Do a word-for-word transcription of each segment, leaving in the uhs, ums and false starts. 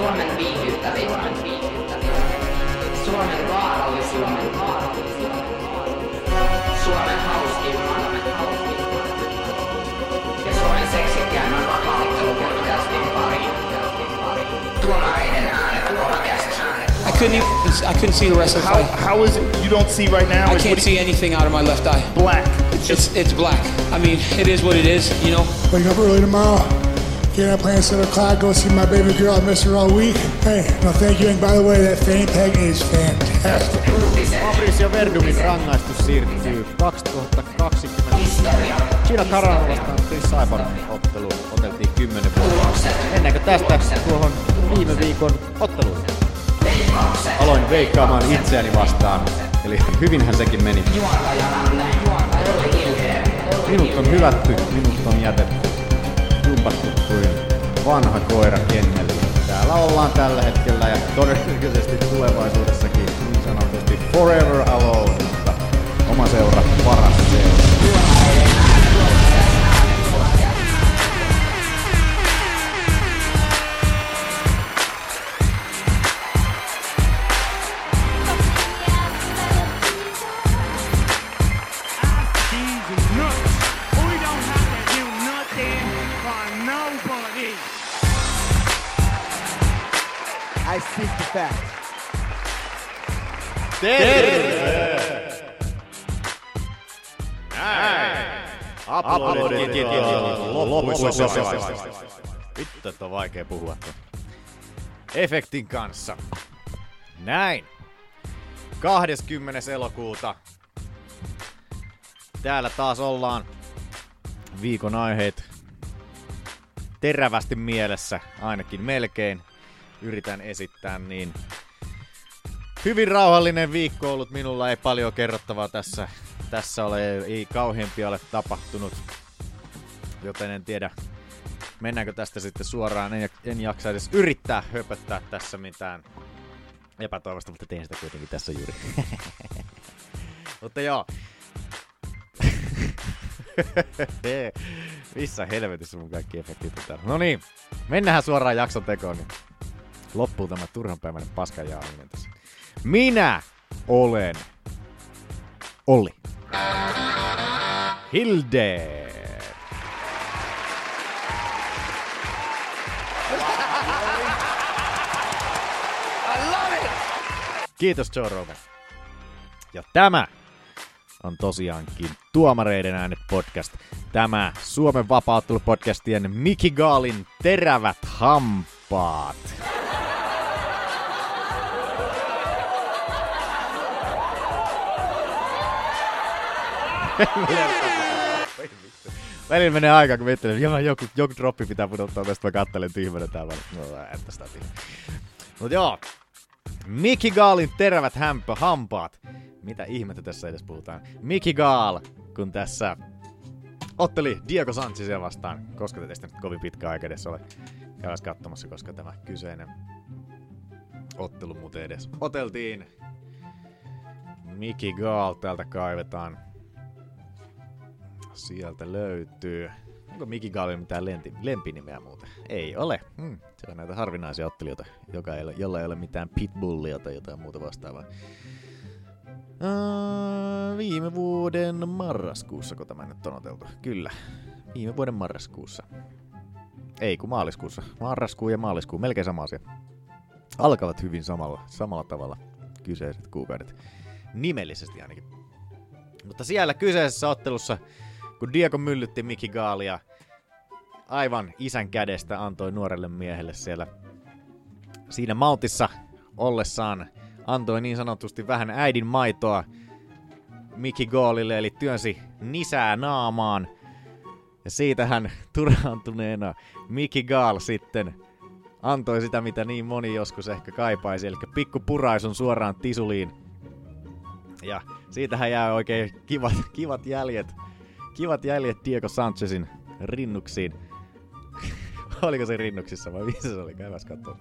Suomen viihdyttävin. Suomen vaarallisimman. Suomen hauskimman. Ja Suomen seksikkäämmän vapaa-ottelupodcastin pariin. Tuomareiden äänet podcast. I couldn't even, I couldn't see the rest of the How, fight. how is it you don't see right now? I It's can't what- see anything out of my left eye. black. It's just It's it's black. I mean, it is what it is, you know. Wake up early tomorrow, get up, plan at seven o'clock, go see my baby girl. I miss her all week. Hey, no thank you. And by the way, that fanny pack is fantastic. Fabricio Verdumin rangaistus siirtyy kaksituhattakaksikymmentä. Gina Carano vastaan Chris Cyborg ottelu oteltiin kymmenen vuotta. Mennäänkö tästä tuohon viime viikon otteluun? Aloin veikkaamaan itseäni vastaan, eli hyvinhän sekin meni. Minut on hylätty, minut on jätetty, jumpattu kuin vanha koira kenneliin. Täällä ollaan tällä hetkellä ja todennäköisesti tulevaisuudessakin niin sanotusti forever alone, mutta oma seura, paras seura. I speak the facts. Terve! Näin! Aplodit lopussa. Vittu, että on vaikea puhua ton efektin kanssa. Näin! kahdeskymmenes elokuuta. Täällä taas ollaan. Viikon aiheet terävästi mielessä, ainakin melkein. Yritän esittää niin. Hyvin rauhallinen viikko ollut minulla, ei paljon kerrottavaa tässä. Tässä ole, ei kauheampia ole tapahtunut. Joten en tiedä, mennäänkö tästä sitten suoraan. En, en jaksa edes yrittää höpöttää tässä mitään epätoivosta, mutta teen sitä kuitenkin tässä juuri. Mutta joo. Missä helvetissä mun kaikki efektit on täällä? No niin, mennään suoraan jakson tekoon. Niin loppuu tämä turhanpäiväinen paskanjaaminen tässä. Minä olen Olli. Hilde. Kiitos Joe Rogan. Ja tämä on tosiaankin Tuomareiden äänet podcast. Tämä Suomen vapaa-ottelupodcastien Mickey Gaalin terävät hampaat. Välillä menee aikaa, kun miettilen, että joku, joku droppi pitää pudottaa tästä, mä kattelen tyhmänä täällä. No, että sitä tyhmänä. Mut joo. Mickey Gaalin terävät hämpö, hampaat. Mitä ihmettä tässä edes puhutaan? Mickey Gall, kun tässä otteli Diego Sanchezia vastaan. Koska te teistä nyt kovin pitkä aika edes ole käydäs katsomassa, koska tämä kyseinen ottelu muuten edes oteltiin. Mickey Gall täältä kaivetaan. Sieltä löytyy. Onko Mickey Gallilla mitään lenti, lempinimeä muuten? Ei ole. Hmm. Se on näitä harvinaisia ottelijoita, joka ei ole, jolla ei ole mitään pitbullia tai jotain muuta vastaavaa. Uh, viime vuoden marraskuussa, kun tämä nyt on oteltu. Kyllä. Viime vuoden marraskuussa. Ei, kun maaliskuussa. Marraskuu ja maaliskuu. Melkein sama asia. Alkavat hyvin samalla, samalla tavalla kyseiset kuukaudet. Nimellisesti ainakin. Mutta siellä kyseisessä ottelussa, kun Diego myllytti Mickey Gallia, aivan isän kädestä antoi nuorelle miehelle siellä siinä mountissa ollessaan, antoi niin sanotusti vähän äidin maitoa Mickey Gallille, eli työnsi nisää naamaan. Ja siitä hän turhaantuneena Mickey Gall sitten antoi sitä, mitä niin moni joskus ehkä kaipaisi, eli pikku puraisun suoraan tisuliin. Ja siitähän jää oikein kivat, kivat jäljet, kivat jäljet Diego Sanchezin rinnuksiin. Oliko se rinnuksissa vai missä se oli? Käydäs katsoa.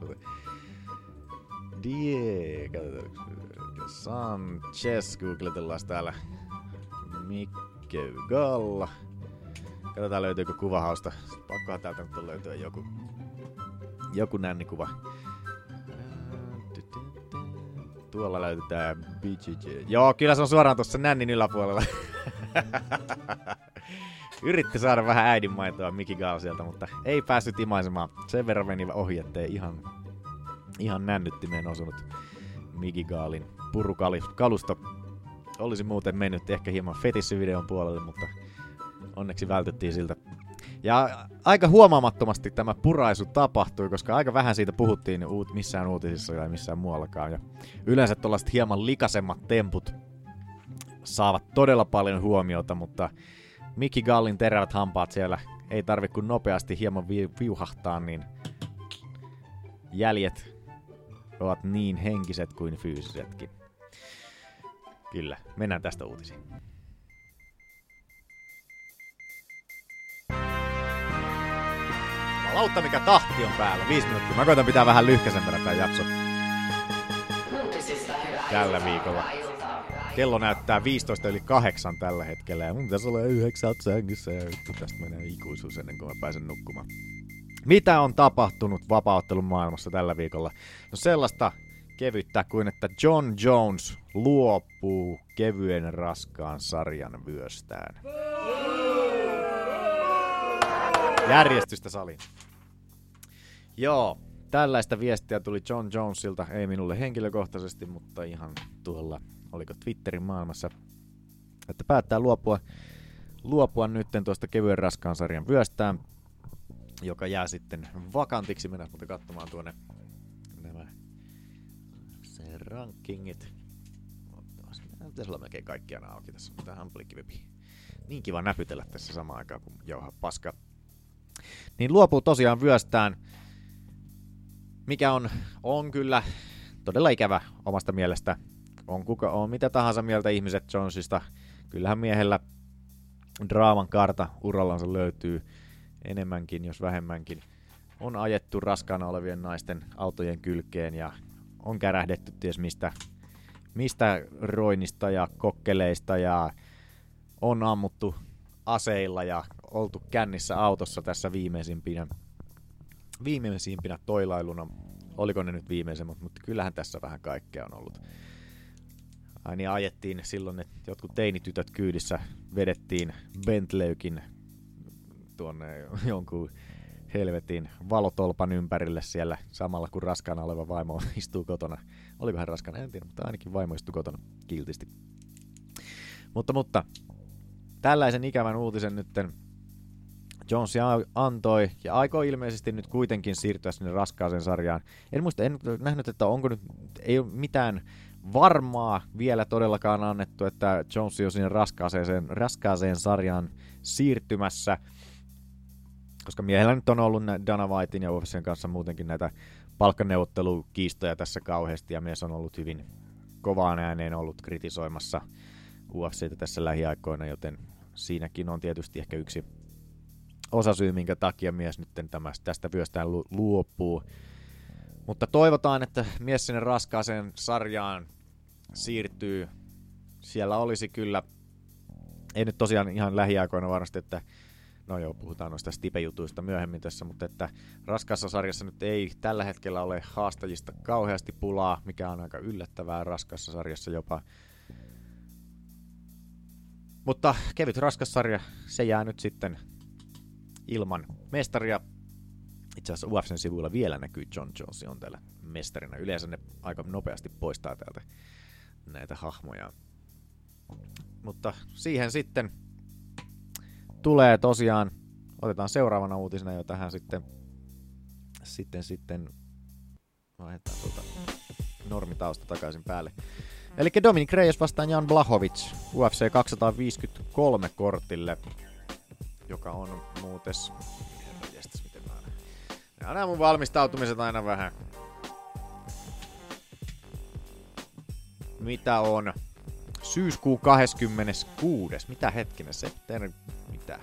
Diego Sanchez, googletellaan täällä. Mickey Gall. Katsotaan löytyykö kuvahausta. Pakkohan täältä nyt löytyä joku, joku nännikuva. Tuolla löytyy tää B G G. Joo, kyllä se on suoraan tuossa nännin yläpuolella. Yritti saada vähän äidinmaitoa Mickey Gall sieltä, mutta ei päässyt imaisemaan. Sen verran meni ohi, ettei ihan, ihan nännyttimeen osunut Mickey Gallin purukalusto. Olisi muuten mennyt ehkä hieman fetissivideon puolelle, mutta onneksi vältyttiin siltä. Ja aika huomaamattomasti tämä puraisu tapahtui, koska aika vähän siitä puhuttiin uut, missään uutisissa tai missään muuallakaan. Ja yleensä tuollaiset hieman likasemmat temput saavat todella paljon huomiota, mutta Mickey Gallin terävät hampaat siellä ei tarvitse kuin nopeasti hieman vi- viuhahtaa, niin jäljet ovat niin henkiset kuin fyysisetkin. Kyllä, mennään tästä uutisiin. Lautta mikä tahti on päällä, viisi minuuttia. Mä koitan pitää vähän lyhkäisempänä tää jakso tällä viikolla. Kello näyttää viisitoista yli kahdeksan tällä hetkellä ja mun pitäisi olla yhdeksältä sängyssä ja vittu tästä menee ikuisuus ennen kuin mä pääsen nukkumaan. Mitä on tapahtunut vapaaottelun maailmassa tällä viikolla? No sellaista kevyttä kuin että John Jones luopuu kevyen raskaan sarjan vyöstään. Järjestystä saliin. Joo, tällaista viestiä tuli John Jonesilta, ei minulle henkilökohtaisesti, mutta ihan tuolla, oliko Twitterin maailmassa, että päättää luopua, luopua nytten tuosta kevyen raskaan sarjan vyöstään, joka jää sitten vakantiksi. Mennään mutta katsomaan tuonne nämä se rankingit. Pitäisi olla melkein kaikki aina auki tässä, mutta tähän plikkivipi. Niin kiva näpytellä tässä samaan aikaan, kun jauhaa paska. Niin luopuu tosiaan vyöstään, mikä on, on kyllä todella ikävä omasta mielestä. On, kuka, on mitä tahansa mieltä ihmiset Jonesista. Kyllähän miehellä draaman karta urallansa löytyy enemmänkin, jos vähemmänkin. On ajettu raskaana olevien naisten autojen kylkeen ja on kärähdetty ties mistä, mistä roinista ja kokkeleista ja on ammuttu aseilla ja oltu kännissä autossa tässä viimeisimpinä, viimeisimpinä toilailuna. Oliko ne nyt viimeisemmat, mutta kyllähän tässä vähän kaikkea on ollut. Ai niin, ajettiin silloin, että jotkut teinitytöt kyydissä vedettiin Bentleykin tuonne jonkun helvetin valotolpan ympärille siellä samalla kun raskaana oleva vaimo istuu kotona. Oliko hän raskaana? En tiedä, mutta ainakin vaimo istuu kotona kiltisti. Mutta, mutta tällaisen ikävän uutisen nytten Jones antoi ja aikoo ilmeisesti nyt kuitenkin siirtyä sinne raskaaseen sarjaan. En muista, en nähnyt, että onko nyt, ei ole mitään varmaa vielä todellakaan annettu, että Jones on sinne raskaaseen, raskaaseen sarjaan siirtymässä, koska miehellä nyt on ollut Dana Whitein ja U F C:n kanssa muutenkin näitä palkkaneuvottelukiistoja tässä kauheasti, ja mies on ollut hyvin kovaan ääneen ollut kritisoimassa U F C:tä tässä lähiaikoina, joten siinäkin on tietysti ehkä yksi osasyy, minkä takia mies nyt tästä vyöstään luopuu. Mutta toivotaan, että mies sinne raskaaseen sarjaan siirtyy. Siellä olisi kyllä, ei nyt tosiaan ihan lähiaikoina varmasti, että no joo, puhutaan noista Stipe-jutuista myöhemmin tässä, mutta että raskaassa sarjassa nyt ei tällä hetkellä ole haastajista kauheasti pulaa, mikä on aika yllättävää raskaassa sarjassa jopa. Mutta kevyt raskas sarja, se jää nyt sitten ilman mestaria. Itse asiassa U F C:n sivuilla vielä näkyy John Jones on täällä mestarina. Yleensä ne aika nopeasti poistaa täältä näitä hahmoja. Mutta siihen sitten tulee tosiaan, otetaan seuraavana uutisena jo tähän sitten, sitten, sitten, vaihdetaan tuota normitausta takaisin päälle. Eli Dominic Reyes vastaan Jan Blachowicz U F C kaksisataaviisikymmentäkolme kortille, joka on muutes, herranjestas, miten mä aina, nämä mun valmistautumiset aina vähän, mitä on syyskuun kahdeskymmeneskuudes, mitä hetkinen, september, mitä?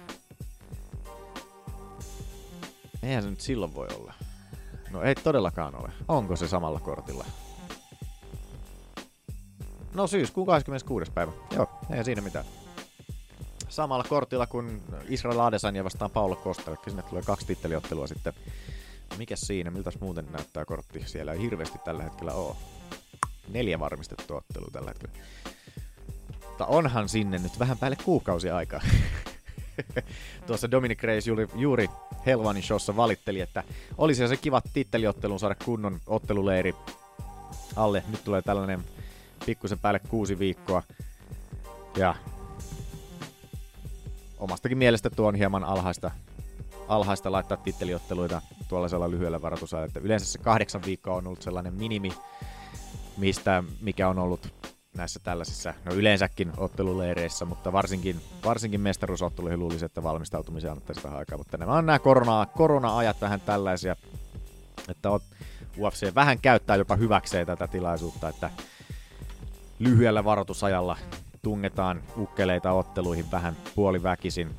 Eihän se nyt silloin voi olla. No ei todellakaan ole. Onko se samalla kortilla? No syyskuun kahdeskymmeneskuudes päivä. Joo, ei siinä mitään. Samalla kortilla kuin Israel Adesanya vastaan Paulo Costa, eli sinne tulee kaksi titteliottelua sitten. Mikäs siinä? Miltäs muuten näyttää kortti? Siellä ei hirveästi tällä hetkellä ole. Neljä varmistettua ottelua tällä hetkellä. Mutta onhan sinne nyt vähän päälle kuukausi aikaa. Tuossa Dominic Reyes juuri, juuri Helvanin showssa valitteli, että olisi se kiva titteliotteluun saada kunnon otteluleiri alle. Nyt tulee tällainen pikkusen päälle kuusi viikkoa. Ja omastakin mielestä tuo on hieman alhaista, alhaista laittaa titteliotteluita tuollaisella lyhyellä varoitusajalla. Että yleensä se kahdeksan viikkoa on ollut sellainen minimi, mistä, mikä on ollut näissä tällaisissa, no yleensäkin otteluleireissä, mutta varsinkin, varsinkin mestaruusotteluihin luulisi, että valmistautumiseen annettaisiin vähän aikaa. Mutta nämä on nämä korona, korona-ajat vähän tällaisia, että U F C vähän käyttää jopa hyväkseen tätä tilaisuutta, että lyhyellä varoitusajalla tungetaan ukkeleita otteluihin vähän puoliväkisin.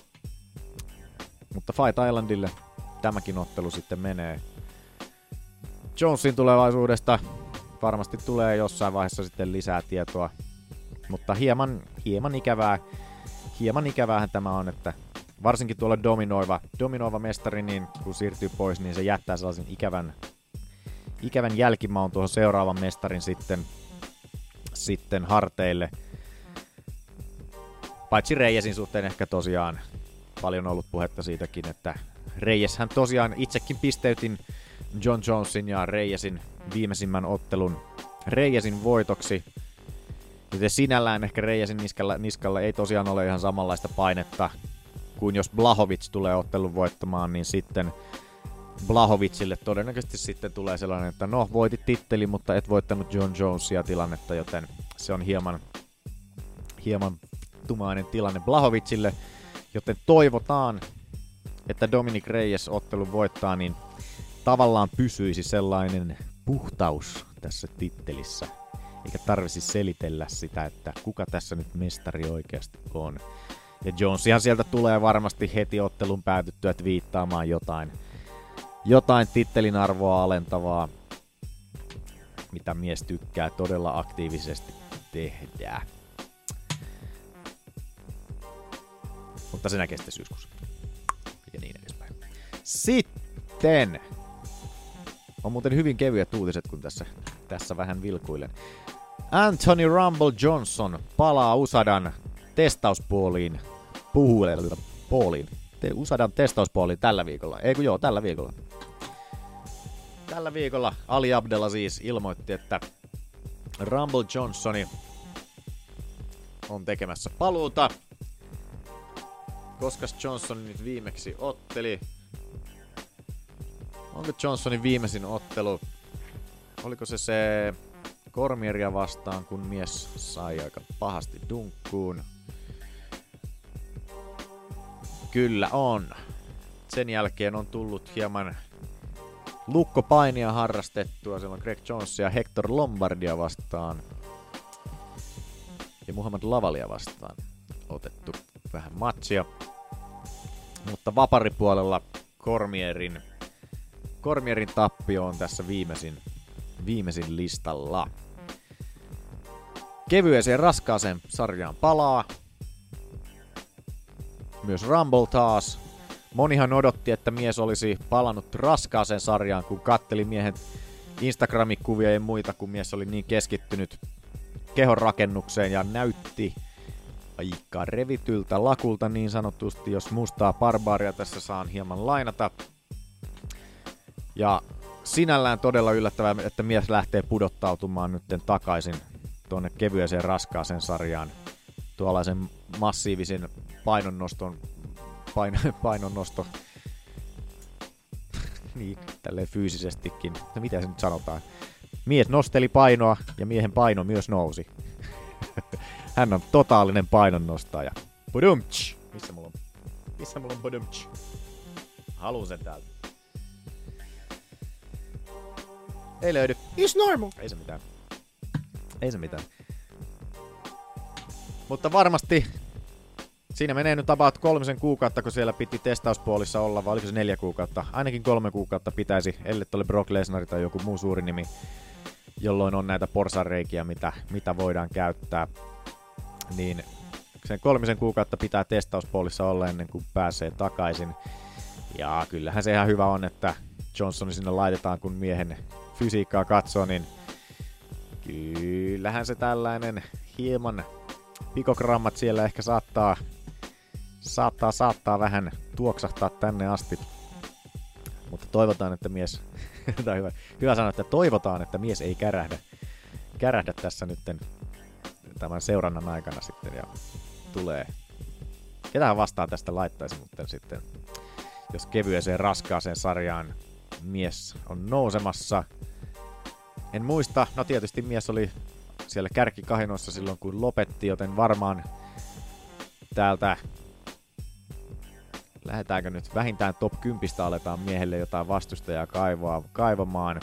Mutta Fight Islandille tämäkin ottelu sitten menee. Jonesin tulevaisuudesta varmasti tulee jossain vaiheessa sitten lisää tietoa, mutta hieman, hieman ikävää, hieman ikäväähän tämä on, että varsinkin tuolla dominoiva, dominoiva mestari, niin kun siirtyy pois, niin se jättää sellaisen ikävän, ikävän jälkimaun tuohon seuraavan mestarin sitten, sitten harteille. Paitsi Reyesin suhteen ehkä tosiaan paljon ollut puhetta siitäkin, että Reyeshän tosiaan itsekin pisteytin John Jonesin ja Reyesin viimeisimmän ottelun Reyesin voitoksi. Joten sinällään ehkä Reyesin niskalla, niskalla ei tosiaan ole ihan samanlaista painetta kuin jos Blachowicz tulee ottelun voittamaan, niin sitten Blachowiczille todennäköisesti sitten tulee sellainen, että no voitit titteli, mutta et voittanut John Jonesia tilannetta, joten se on hieman, hieman tumainen tilanne Blachowiczille, joten toivotaan, että Dominic Reyes ottelun voittaa, niin tavallaan pysyisi sellainen puhtaus tässä tittelissä, eikä tarvitsisi selitellä sitä, että kuka tässä nyt mestari oikeasti on. Ja Jonesihan sieltä tulee varmasti heti ottelun päätyttyä twiittaamaan jotain, jotain tittelin arvoa alentavaa, mitä mies tykkää todella aktiivisesti tehdä. Mutta se näkee sitten syyskuussa. Ja niin edespäin. Sitten on muuten hyvin kevyet uutiset, kun tässä, tässä vähän vilkuilen. Anthony Rumble Johnson palaa U S A Da:n testauspuoliin. Puhuilella puoliin. Te, U S A Da:n testauspuoliin tällä viikolla. Eikö joo, tällä viikolla. Tällä viikolla Ali Abdelaziz ilmoitti, että Rumble Johnsoni on tekemässä paluuta. Koskas Johnson nyt viimeksi otteli? Onko Johnsonin viimeisin ottelu? Oliko se se Cormieria vastaan, kun mies sai aika pahasti dunkkuun? Kyllä on. Sen jälkeen on tullut hieman lukkopainia harrastettua. Siellä on Greg Jonesia ja Hector Lombardia vastaan. Ja Muhammad Lavalia vastaan otettu vähän matsia. Mutta vaparipuolella Cormierin, Cormierin tappio on tässä viimeisin, viimeisin listalla. Kevyeseen raskaaseen sarjaan palaa. Myös Rumble taas. Monihan odotti, että mies olisi palannut raskaaseen sarjaan, kun katteli miehen Instagram-kuvia ja muita, kun mies oli niin keskittynyt kehon rakennukseen ja näytti aika revityltä lakulta niin sanotusti, jos mustaa barbaaria tässä saan hieman lainata. Ja sinällään todella yllättävää, että mies lähtee pudottautumaan nytten takaisin tuonne kevyeseen raskaaseen sarjaan. Tuollaisen massiivisen painonnoston, pain, painonnosto, niin tälleen fyysisestikin, no mitä se nyt sanotaan. Mies nosteli painoa ja miehen paino myös nousi. Hän on totaalinen painonnostaja. Budumtsch! Missä mulla on? Missä mulla on budumtsch? Haluun sen täältä. Ei löydy. It's normal. Ei se mitään. Ei se mitään. Mutta varmasti siinä menee nyt about kolmisen kuukautta, kun siellä piti testauspuolissa olla, vai oliko se neljä kuukautta? Ainakin kolme kuukautta pitäisi, ellei ole Brock Lesnar tai joku muu suuri nimi, jolloin on näitä porsareikiä, mitä, mitä voidaan käyttää. Niin sen kolmisen kuukautta pitää testauspuolissa olla ennen kuin pääsee takaisin. Ja kyllähän se ihan hyvä on, että Johnsoni sinne laitetaan, kun miehen fysiikkaa katsoo, niin Kyllähän se tällainen hieman pikogrammat siellä ehkä saattaa, saattaa, saattaa vähän tuoksahtaa tänne asti. Mutta toivotaan, että mies, tai hyvä, hyvä sanoa, että toivotaan, että mies ei kärähdä, kärähdä tässä nytten tämän seurannan aikana sitten ja tulee. Ketähän vastaan tästä laittaisi, mutta sitten jos kevyeseen raskaaseen sarjaan mies on nousemassa. En muista, no tietysti mies oli siellä kärkikahinoissa silloin kun lopetti, joten varmaan täältä lähdetäänkö nyt vähintään top kymmenen aletaan miehelle jotain vastustajaa kaivaa, kaivamaan.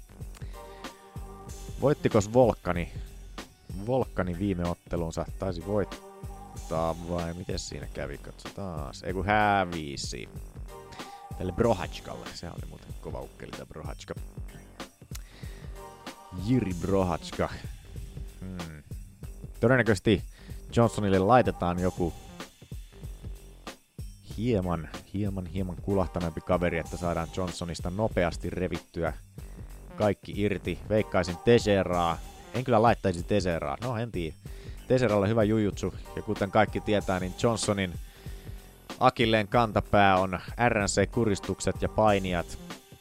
Voittikos Volkani? Volkani viime ottelunsa taisi voittaa vai miten siinä kävi? Katsotaan. Ei kun hävisi. Tälle Prohackalle. Se oli muuten kova ukkeli tää Prohacka. Jiri Prohacka. Hmm. Todennäköisesti Johnsonille laitetaan joku hieman, hieman, hieman kulahtaneempi kaveri, että saadaan Johnsonista nopeasti revittyä kaikki irti. Veikkaisin Teixeiraa. En kyllä laittaisi Teixeiraa. No en tiedä. Teixeiralla hyvä jujutsu. Ja kuten kaikki tietää, niin Johnsonin akilleen kantapää on R N C-kuristukset ja painijat.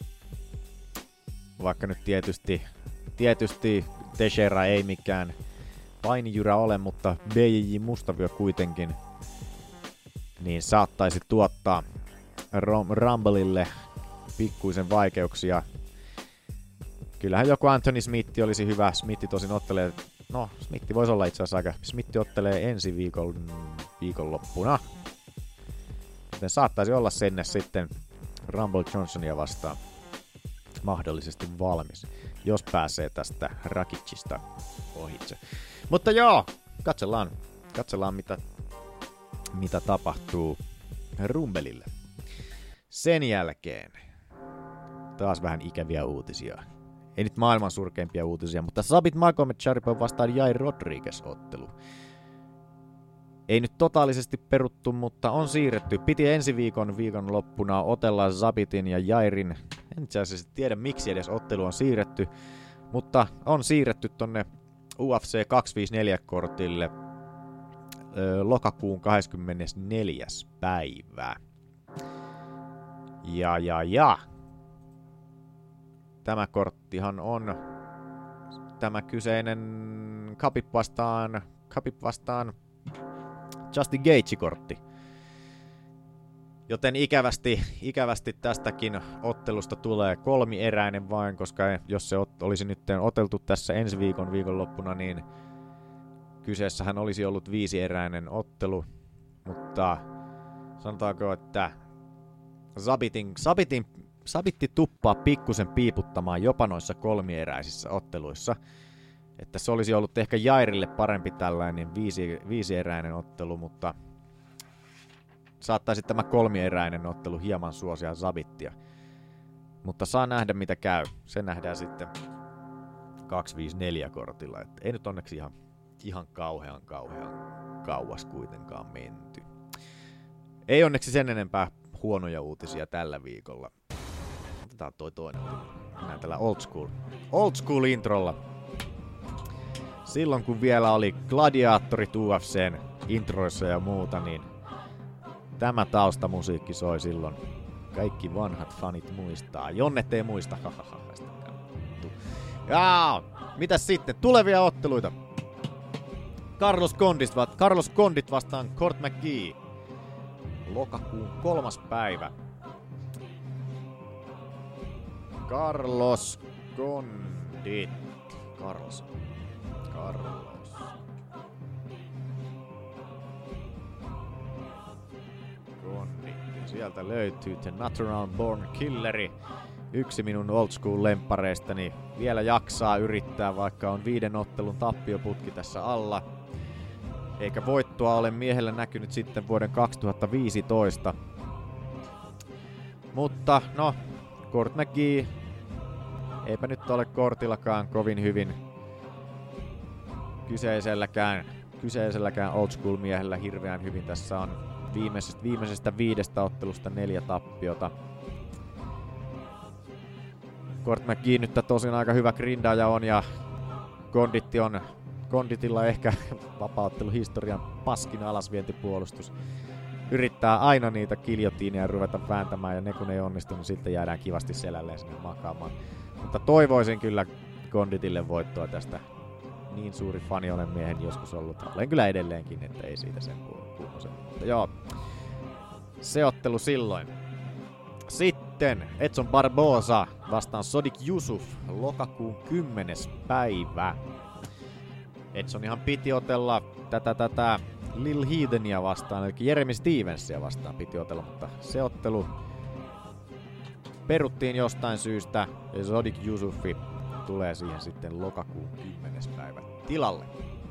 Vaikka nyt tietysti, tietysti Teixeira ei mikään painijyrä ole, mutta B J J Mustavyö kuitenkin niin saattaisi tuottaa Rumbleille pikkuisen vaikeuksia. Kyllähän joku Anthony Smith olisi hyvä. Smith tosin ottelee, no Smith voisi olla itse asiassa aika, Smith ottelee ensi viikon, viikonloppuna. Joten saattaisi olla sinne sitten Rumble Johnsonia vastaan mahdollisesti valmis, jos pääsee tästä Rakicista ohitse. Mutta joo, katsellaan, katsellaan mitä, mitä tapahtuu Rumbelille. Sen jälkeen taas vähän ikäviä uutisia. Ei nyt maailman surkeimpia uutisia, mutta Zabit Magomedsharipov vastaan Jair Rodriguez-ottelu. Ei nyt totaalisesti peruttu, mutta on siirretty. Piti ensi viikon viikonloppuna otella Zabitin ja Jairin. En itse asiassa tiedä miksi edes ottelu on siirretty, mutta on siirretty tonne U F C kaksisataaviisikymmentäneljä-kortille ö, lokakuun kahdeskymmenesneljäs päivä. Ja ja ja. Tämä korttihan on tämä kyseinen Khabib vastaan, Khabib vastaan Justin Gaethje-kortti. Joten ikävästi, ikävästi tästäkin ottelusta tulee kolmieräinen vain, koska jos se ot- olisi nyt oteltu tässä ensi viikon viikonloppuna, niin kyseessähän olisi ollut viisieräinen ottelu. Mutta sanotaanko, että Zabitin, Zabitin, Zabitti tuppaa pikkusen piiputtamaan jopa noissa kolmieräisissä otteluissa. Että se olisi ollut ehkä Jairille parempi tällainen viisi, viisieräinen ottelu, mutta saattaisi tämä kolmieräinen ottelu hieman suosia Zabittia. Mutta saa nähdä mitä käy. Se nähdään sitten kaksisataaviisikymmentäneljä-kortilla. Että ei nyt onneksi ihan, ihan kauhean kauhean kauas kuitenkaan menty. Ei onneksi sen enempää huonoja uutisia tällä viikolla. Otetaan toi toinen. Mennään tällä old school. Old school introlla. Silloin kun vielä oli gladiaattorit U F C:n introissa ja muuta, niin tämä taustamusiikki soi silloin. Kaikki vanhat fanit muistaa. Jonnet ei muista. Jaa, mitäs sitten? Tulevia otteluita. Carlos Condit, Carlos Condit vastaan Court McGee. Lokakuun kolmas päivä. Carlos Condit. Carlos. Carlos. Condit. Sieltä löytyy The Natural Born Killeri. Yksi minun old school lemppareistani. Vielä jaksaa yrittää, vaikka on viiden ottelun tappioputki tässä alla. Eikä voittoa ole miehellä näkynyt sitten vuoden kaksituhattaviisitoista. Mutta no, Court McGee. Eipä nyt ole kortillakaan kovin hyvin kyseiselläkään, kyseiselläkään old school miehellä hirveän hyvin. Tässä on viimeisestä, viimeisestä viidestä ottelusta neljä tappiota. Court McGee nyt tosin aika hyvä grindaaja on ja Konditti on, Konditilla ehkä vapaaotteluhistorian paskin alasvientipuolustus. Yrittää aina niitä kiljotiineja ruveta vääntämään, ja ne kun ei onnistu, niin sitten jäädään kivasti selälleen sinne makaamaan. Mutta toivoisin kyllä Konditille voittoa tästä. Niin suuri fani olen miehen joskus ollut. Olen kyllä edelleenkin, että ei siitä sen kuulosen. Mutta joo, se ottelu silloin. Sitten Edson Barbosa vastaan Sodiq Yusuff, lokakuun kymmenes päivä. Edsonihan piti otella tätä tätä Lil Heathenia vastaan, eli Jeremy Stevensia vastaan piti otella, mutta se ottelu peruttiin jostain syystä, ja Sodiq Yusuffi tulee siihen sitten lokakuun kymmenes päivä tilalle.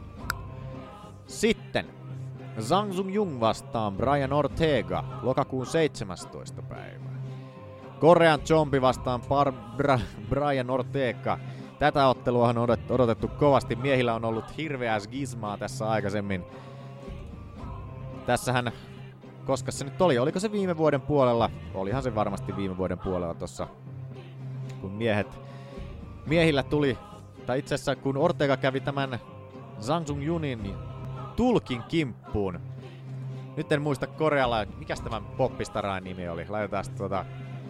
Sitten Zhang Sung Jung vastaan Brian Ortega, lokakuun seitsemästoista päivä. Korean Zombi vastaan Bar- Bra- Brian Ortega. Tätä ottelua on odotettu kovasti. Miehillä on ollut hirveää skismaa tässä aikaisemmin. Tässähän, koska se nyt oli, oliko se viime vuoden puolella? Olihan se varmasti viime vuoden puolella tossa, kun miehet, miehillä tuli, tai itse asiassa kun Ortega kävi tämän Zhang Sung Junin tulkin kimppuun. Nyt en muista korealla, mikäs tämän poppistarain nimi oli. Laitetaan tota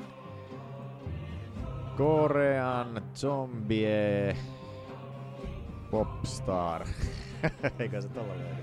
Korean zombie popstar. Eikö se tolla löydy?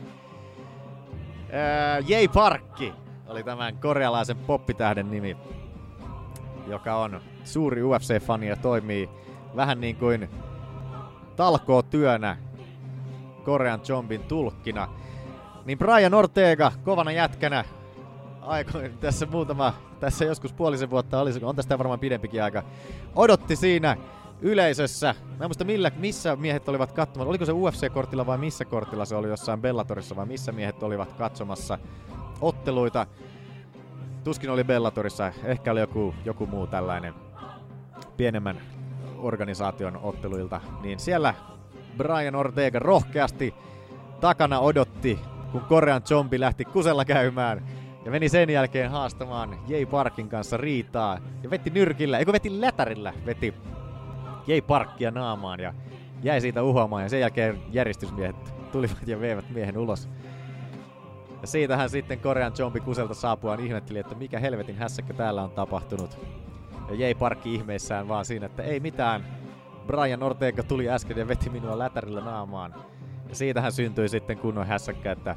Ää, Jay Parkki oli tämän korealaisen poppitähden nimi, joka on suuri U F C-fani ja toimii vähän niin kuin talkootyönä Korean zombin tulkkina. Niin Brian Ortega kovana jätkänä aikoin tässä muutama, tässä joskus puolisen vuotta oli, on tästä varmaan pidempikin aika, odotti siinä yleisössä. Mä en muista millä, missä miehet olivat katsomassa, oliko se U F C-kortilla vai missä kortilla se oli, jossain Bellatorissa vai missä miehet olivat katsomassa otteluita. Tuskin oli Bellatorissa, ehkä oli joku, joku muu tällainen pienemmän organisaation otteluilta. Niin siellä Brian Ortega rohkeasti takana odotti, kun Korean Zombi lähti kusella käymään. Ja meni sen jälkeen haastamaan Jay Parkin kanssa riitaa. Ja veti nyrkillä, eikö veti lätärillä, veti Jay Parkia naamaan ja jäi siitä uhoamaan. Ja sen jälkeen järjestysmiehet tulivat ja veivät miehen ulos. Ja siitähän sitten Korean Zombi kuselta saapuaan ihmetteli, että mikä helvetin hässäkkä täällä on tapahtunut. Ja Jay Parkki ihmeissään vaan siinä, että ei mitään. Brian Ortega tuli äsken ja veti minua lätärillä naamaan. Ja siitähän syntyi sitten kunnon hässäkkä, että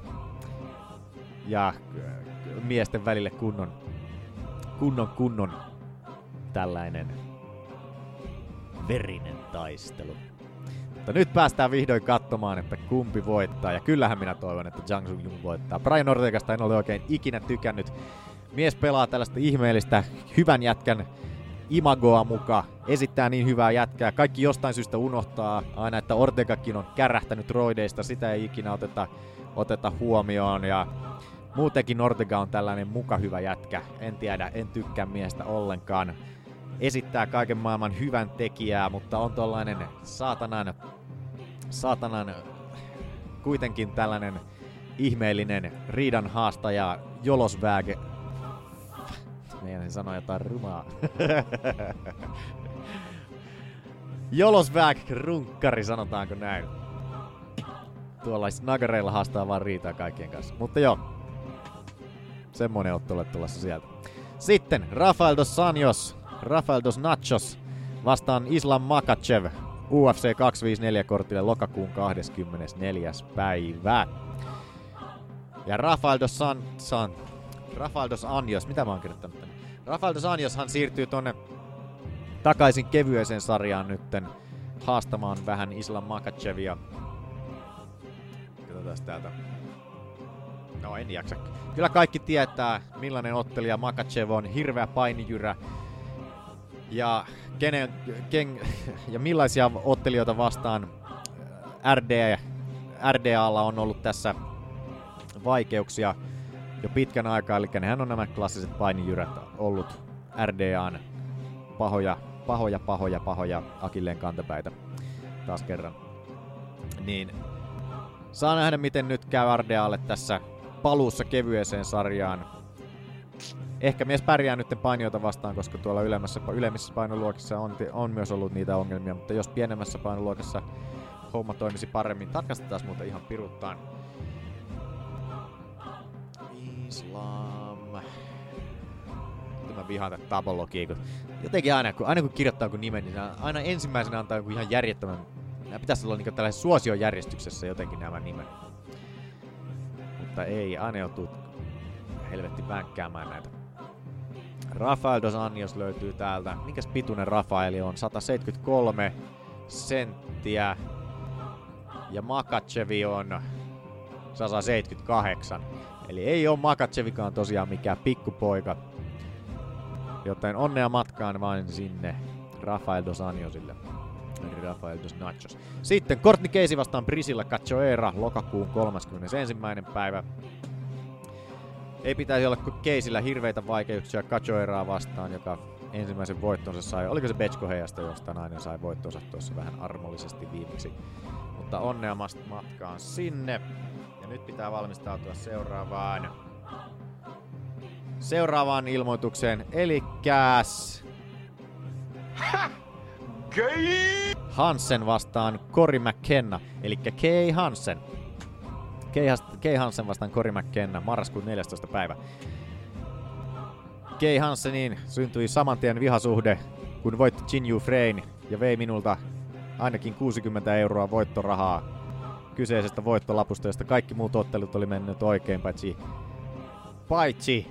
ja miesten välille kunnon, kunnon, kunnon tällainen verinen taistelu. Mutta nyt päästään vihdoin katsomaan, että kumpi voittaa. Ja kyllähän minä toivon, että Zhang Sung Jung voittaa. Brian Ortegasta en ole oikein ikinä tykännyt. Mies pelaa tällaista ihmeellistä hyvän jätkän imagoa muka. Esittää niin hyvää jätkää. Kaikki jostain syystä unohtaa aina, että Ortegakin on kärähtänyt roideista. Sitä ei ikinä oteta, oteta huomioon. Ja muutenkin Ortega on tällainen muka hyvä jätkä. En tiedä, en tykkää miestä ollenkaan. Esittää kaiken maailman hyvän tekijää, mutta on tollainen saatanan, saatanan kuitenkin tällainen ihmeellinen riidan haastaja Jolosväg. Meidän sanoa jotain rumaa. Jolosväg runkkari, sanotaanko näin. Tuollaiset nagareilla haastaa vaan riitaa kaikkien kanssa. Mutta joo, semmonen ottelu tulossa sieltä. Sitten Rafael dos Anjos, Rafael dos Nachos vastaan Islam Makhachev U F C kaksisataaviisikymmentäneljä kortille lokakuun kahdeskymmenesneljäs päivä. Ja Rafael dos San, San Rafael dos Anjos, mitä mä oon kirjoittanut tänne? Rafael dos Anjoshan siirtyy tonne takaisin kevyeseen sarjaan nytten haastamaan vähän Islam Makhachevia. Katsotaan täältä. No en jaksa. Kyllä kaikki tietää, millainen ottelija Makhachev on, hirveä painijyrä. Ja, kenen, ken, ja millaisia ottelijoita vastaan R D, R D A:lla on ollut tässä vaikeuksia jo pitkän aikaa. Eli nehän on nämä klassiset painijyrät ollut R D A:n pahoja, pahoja, pahoja, pahoja akilleen kantapäitä taas kerran. Niin saa nähdä, miten nyt käy R D A:lle tässä paluussa kevyeseen sarjaan. Ehkä mies pärjää nyt painijoita vastaan, koska tuolla ylemmässä, ylemmissä painoluokissa on, on myös ollut niitä ongelmia, mutta jos pienemmässä painoluokassa homma toimisi paremmin. Tarkastetaan muuten ihan piruttaan. Islam. Mä vihaan tätä tabologia, kun jotenkin aina kun, aina kun kirjoittaa kun nimen, niin aina ensimmäisenä antaa joku ihan järjettömän. Nämä pitäisi olla niinku tällaisessa suosiojärjestyksessä jotenkin nämä nimet. Mutta ei, aina joutuu helvetti vänkkäämään näitä. Rafael dos Anjos löytyy täältä. Minkäs pituinen Rafaeli on? sata seitsemänkymmentäkolme senttiä. Ja Makachevi on sata seitsemänkymmentäkahdeksan. Eli ei oo Makachevikaan tosiaan mikään pikkupoika. Joten onnea matkaan vain sinne Rafael dos Anjosille. Rafael dos Nachos. Sitten Courtney Casey vastaan Priscilla Cachoeira lokakuun kolmaskymmenesensimmäinen päivä. Ei pitäisi olla Caseyllä hirveitä vaikeuksia Cachoeiraa vastaan, joka ensimmäisen voittonsa sai. Oliko se Betsko Heijasta, josta nainen sai voittonsa tuossa vähän armollisesti viimeksi. Mutta onnea matkaan sinne. Ja nyt pitää valmistautua seuraavaan. Seuraavaan ilmoitukseen. Elikkäs Hansen vastaan Cory McKenna. Elikkä Kay Hansen. Kay Hansen vastaan Cory McKenna. Marraskuun neljästoista päivä. Kay Hanseniin syntyi samantien vihasuhde, kun voitti Jin Yu Frein ja vei minulta ainakin kuusikymmentä euroa voittorahaa kyseisestä voittolapusta, josta kaikki muut ottelut oli mennyt oikein, paitsi paitsi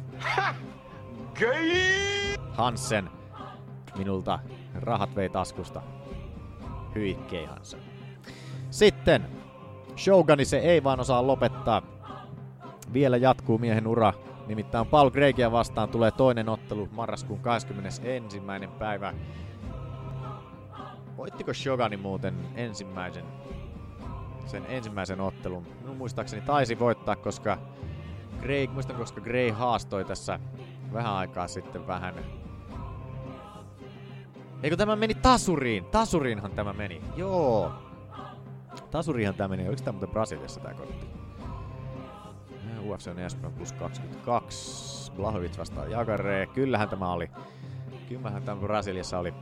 Hansen minulta rahat vei taskusta. Hyi Kay Hansen. Sitten Shogani se ei vaan osaa lopettaa. Vielä jatkuu miehen ura. Nimittäin Paul Craigia vastaan tulee toinen ottelu marraskuun kahdeskymmenesensimmäinen päivä. Voittiko Shogani muuten ensimmäisen, sen ensimmäisen ottelun? Minun muistaakseni taisi voittaa, koska Gray, muistan, koska Gray haastoi tässä vähän aikaa sitten vähän. Eikö tämä meni tasuriin? Tasuriinhan tämä meni. Joo. Tasuriinhan tämä meni. Oliko tämä muuten Brasiliassa tämä kortti? U F C on Espanjan plus kaksikymmentäkaksi. Blachowicz vastaan Jagare. Kyllähän tämä oli. Kyllähän tämä Brasiliassa oli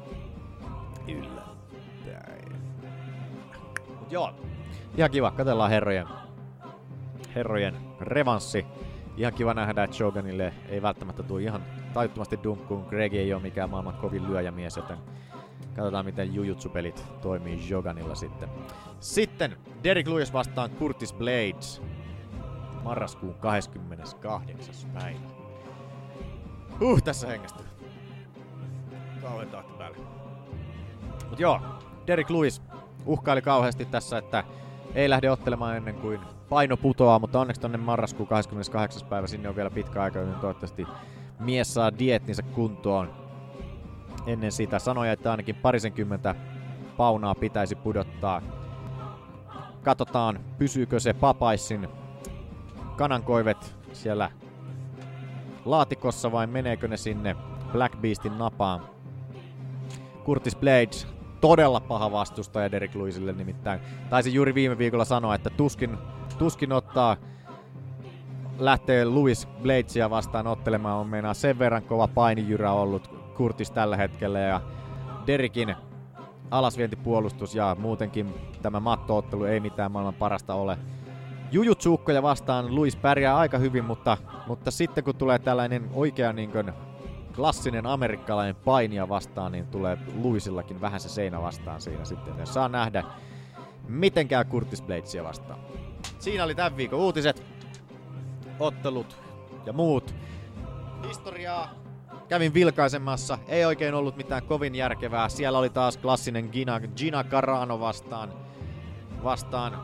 yllättäen. Mut joo. Ihan kiva. Katsellaan herrojen, herrojen revanssi. Ihan kiva nähdä, että Shogunille ei välttämättä tule ihan taittomasti dunkkuun. Greg ei ole mikään maailman kovin lyöjämies, joten katsotaan miten jujutsu-pelit toimii Shogunilla sitten. Sitten Derrick Lewis vastaan Curtis Blades. Marraskuun kahdeskymmeneskahdeksas päivä. Huh, tässä hengästyy. Kauhean tahti päälle. Mut joo, Derrick Lewis uhkaili kauheasti tässä, että ei lähde ottelemaan ennen kuin paino putoaa, mutta onneksi tonne marraskuun kahdeskymmeneskahdeksas päivä, sinne on vielä pitkä aika, joten toivottavasti mies saa dieettinsä kuntoon ennen sitä. Sanoi, että ainakin parisenkymmentä paunaa pitäisi pudottaa. Katsotaan, pysyykö se Popeyesin kanankoivet siellä laatikossa vai meneekö ne sinne Black Beastin napaan. Curtis Blades, todella paha vastustaja Derrick Lewisille nimittäin. Taisi juuri viime viikolla sanoa, että tuskin, tuskin ottaa, lähtee Lewis Bladesia vastaan ottelemaan. On meinaa sen verran kova painijyrä ollut Curtis tällä hetkellä ja Derrickin alasvientipuolustus ja muutenkin tämä mattoottelu ei mitään maailman parasta ole. Jujutsuukkoja vastaan Lewis pärjää aika hyvin, mutta, mutta sitten kun tulee tällainen oikea niin kuin klassinen amerikkalainen painija vastaan, niin tulee Lewisillakin vähän se seinä vastaan siinä sitten. Ja saa nähdä, miten käy Curtis Bladesia vastaan. Siinä oli tämän viikon uutiset, ottelut ja muut. Historiaa kävin vilkaisemassa, ei oikein ollut mitään kovin järkevää. Siellä oli taas klassinen Gina, Gina Carano vastaan, vastaan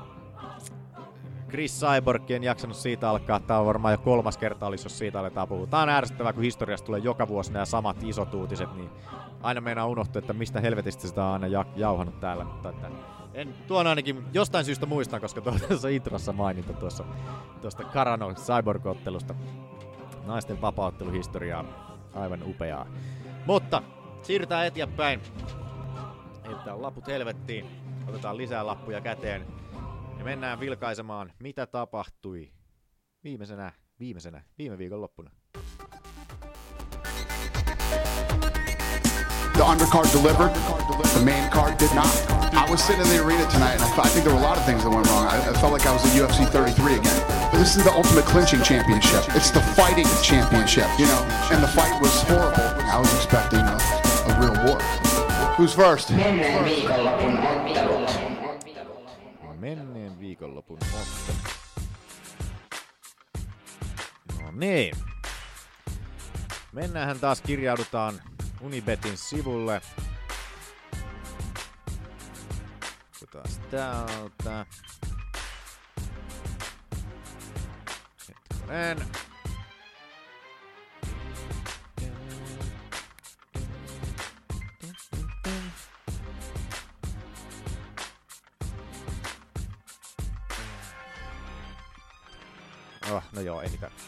Chris Cyborg, en jaksanut siitä alkaa. Tää on varmaan jo kolmas kerta olisi, jos siitä aletaan puhua. Tää on ärsyttävää, kun historiasta tulee joka vuosi nämä samat isot uutiset, niin aina meinaa unohtua, että mistä helvetistä sitä on aina ja- jauhanut täällä. Mutta että en, tuon ainakin jostain syystä muistan, koska tuossa introssa maininta tuossa tuosta Carano Cyborg-ottelusta. Naisten vapaaotteluhistoriaa. Aivan upeaa. Mutta siirrytään eteenpäin. Että laput helvettiin. Otetaan lisää lappuja käteen. Ja mennään vilkaisemaan, mitä tapahtui viimeisenä, viimeisenä, viime viikon loppuna. The undercard delivered, the main card did not. I was sitting in the arena tonight, and I, th- I think there were a lot of things that went wrong. I, I felt like I was at U F C thirty-three again. But this is the ultimate clinching championship. It's the fighting championship, you know. And the fight was horrible. I was expecting a, a real war. Who's first? Menneen viikonlopun ottelut. Menneen viikonlopun ottelut. No niin. Mennäänhän taas, kirjaudutaan Unibetin sivulle. Taas täältä. Hetkonen. Oh, no joo, ei mitään.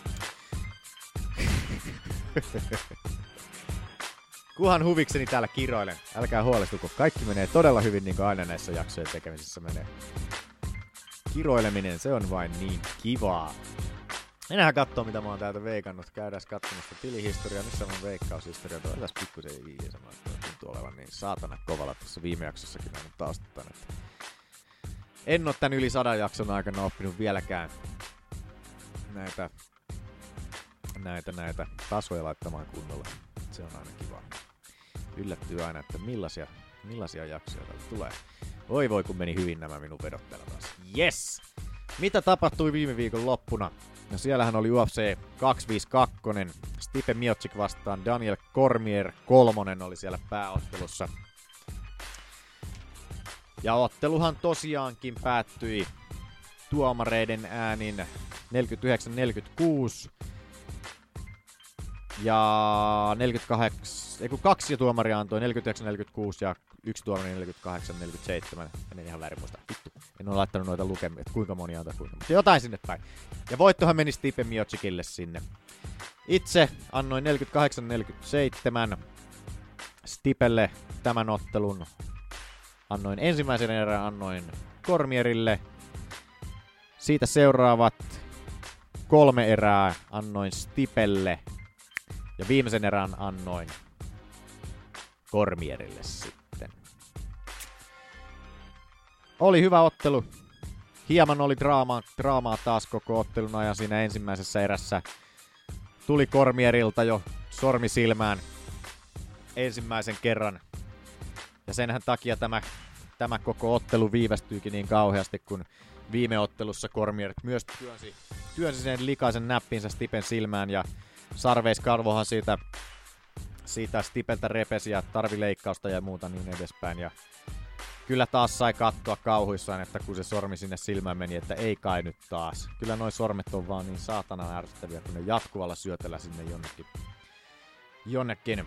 Kuhan huvikseni täällä kiroilen. Älkää huolestuko. Kaikki menee todella hyvin, niin kuin aina näissä jaksojen tekemisissä menee. Kiroileminen, se on vain niin kivaa. Mennään kattoo, mitä mä oon täältä veikannut. Käydään katsomassa tilihistoriaa. Missä mun veikkaushistoria? Tuo on tässä pikkusen iisemmin. Tuntuu olevan niin saatana kovalla tuossa viime jaksossakin näin taustatan. Että en oo tän yli sadan jakson aikana oppinut vieläkään näitä, näitä, näitä tasoja laittamaan kunnolla. Se on aina kiva. Yllättyy aina, että millaisia, millaisia jaksoja täältä tulee. Voi voi, kun meni hyvin nämä minun vedot täällä taas. Yes! Mitä tapahtui viime viikon loppuna? No siellähän oli U F C kaksisataaviisikymmentäkaksi. Stipe Miocic vastaan Daniel Cormier. Kolmonen oli siellä pääottelussa. Ja otteluhan tosiaankin päättyi tuomareiden äänin neljäkymmentäyhdeksän neljäkymmentäkuusi. Ja neljäkymmentäkahdeksan, ei kun kaksi tuomaria antoi neljäkymmentäyhdeksän neljäkymmentäkuusi ja yksi tuomari neljäkymmentäkahdeksan neljäkymmentäseitsemän. En ihan väärin muista. Vittu. En ole laittanut noita lukemia, että kuinka moni antoi kuinka. Mutta jotain sinne päin. Ja voittohan meni Stipe Miocicille sinne. Itse annoin neljäkymmentäkahdeksan neljäkymmentäseitsemän Stipelle tämän ottelun. Annoin ensimmäisen erän, annoin Cormierille. Siitä seuraavat kolme erää annoin Stipelle. Ja viimeisen erän annoin Cormierille sitten. Oli hyvä ottelu. Hieman oli draamaa, draamaa taas koko ottelun ajan siinä ensimmäisessä erässä. Tuli Cormierilta jo sormi silmään ensimmäisen kerran. Ja senhän takia tämä, tämä koko ottelu viivästyykin niin kauheasti, kun viime ottelussa Cormier myös työnsi, työnsi sen likaisen näppinsä Stipen silmään ja sarveiskarvohan siitä, siitä Stipeltä repesi ja tarvi leikkausta ja muuta niin edespäin. Ja kyllä taas sai katsoa kauhuissaan, että kun se sormi sinne silmään meni, että ei kai nyt taas. Kyllä noi sormet on vaan niin saatana ärsyttäviä, kun ne jatkuvalla syötellä sinne jonnekin, jonnekin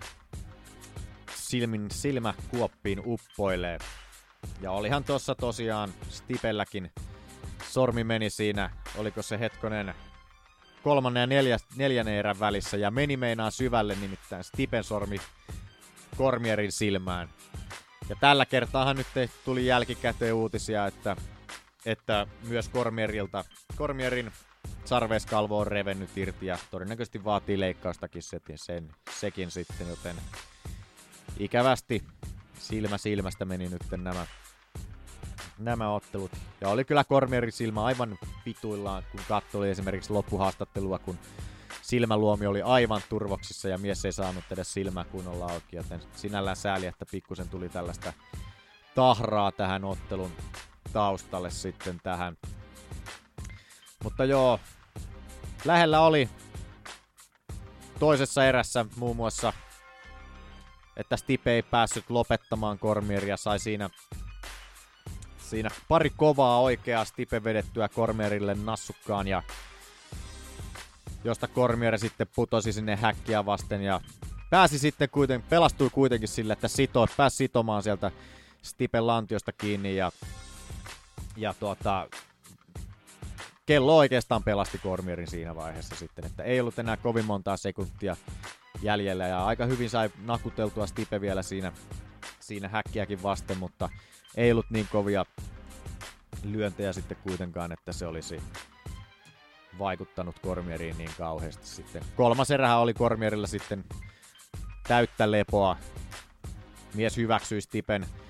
silmin, silmäkuoppiin uppoilee. Ja olihan tossa tosiaan Stipelläkin sormi meni siinä, oliko se hetkonen kolmannen ja neljä, neljännen erän välissä ja meni meinaa syvälle, nimittäin Stipen sormi Cormierin silmään. Ja tällä kertaahan nyt tuli jälkikäteen uutisia, että, että myös Cormierilta, Cormierin sarveiskalvo on revennyt irti ja todennäköisesti vaatii leikkaustakin setin, sen, sekin sitten, joten ikävästi silmä silmästä meni nyt nämä, nämä ottelut. Ja oli kyllä Cormierin silmä aivan vituillaan, kun katsoi esimerkiksi loppuhaastattelua, kun silmäluomi oli aivan turvoksissa ja mies ei saanut edes silmää kunnolla auki, joten sinällään sääli, että pikkusen tuli tällaista tahraa tähän ottelun taustalle sitten tähän. Mutta joo, lähellä oli toisessa erässä muun muassa, että Stipe ei päässyt lopettamaan Cormieria, sai siinä, siinä pari kovaa oikeaa Stipe vedettyä Cormierille nassukkaan ja josta Cormier sitten putosi sinne häkkiä vasten ja pääsi sitten kuitenkin, pelastui kuitenkin sille, että sito, pääsi sitomaan sieltä Stipen lantiosta kiinni ja, ja tuota, kello oikeastaan pelasti Cormierin siinä vaiheessa sitten, että ei ollut enää kovin montaa sekuntia jäljellä ja aika hyvin sai nakuteltua Stipe vielä siinä, siinä häkkiäkin vasten, mutta ei ollut niin kovia lyöntejä sitten kuitenkaan, että se olisi vaikuttanut Cormieriin niin kauheasti sitten. Kolmas erähän oli Cormierilla sitten täyttä lepoa. Mies hyväksyi Stipen,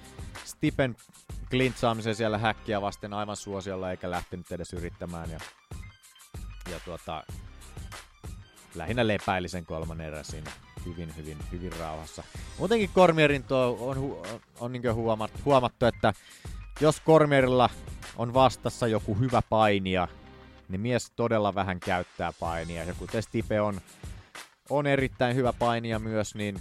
Stipen klintsaamisen siellä häkkiä vasten aivan suosiolla eikä lähtenyt edes yrittämään. Ja, ja tuota, lähinnä lepäili sen kolmannen erän siinä hyvin, hyvin, hyvin rauhassa. Muutenkin Cormierin tuo on, hu- on, on niin huomattu, huomattu, että jos Cormierilla on vastassa joku hyvä painija, niin mies todella vähän käyttää painia. Ja kuten Stipe on, on erittäin hyvä painija myös, niin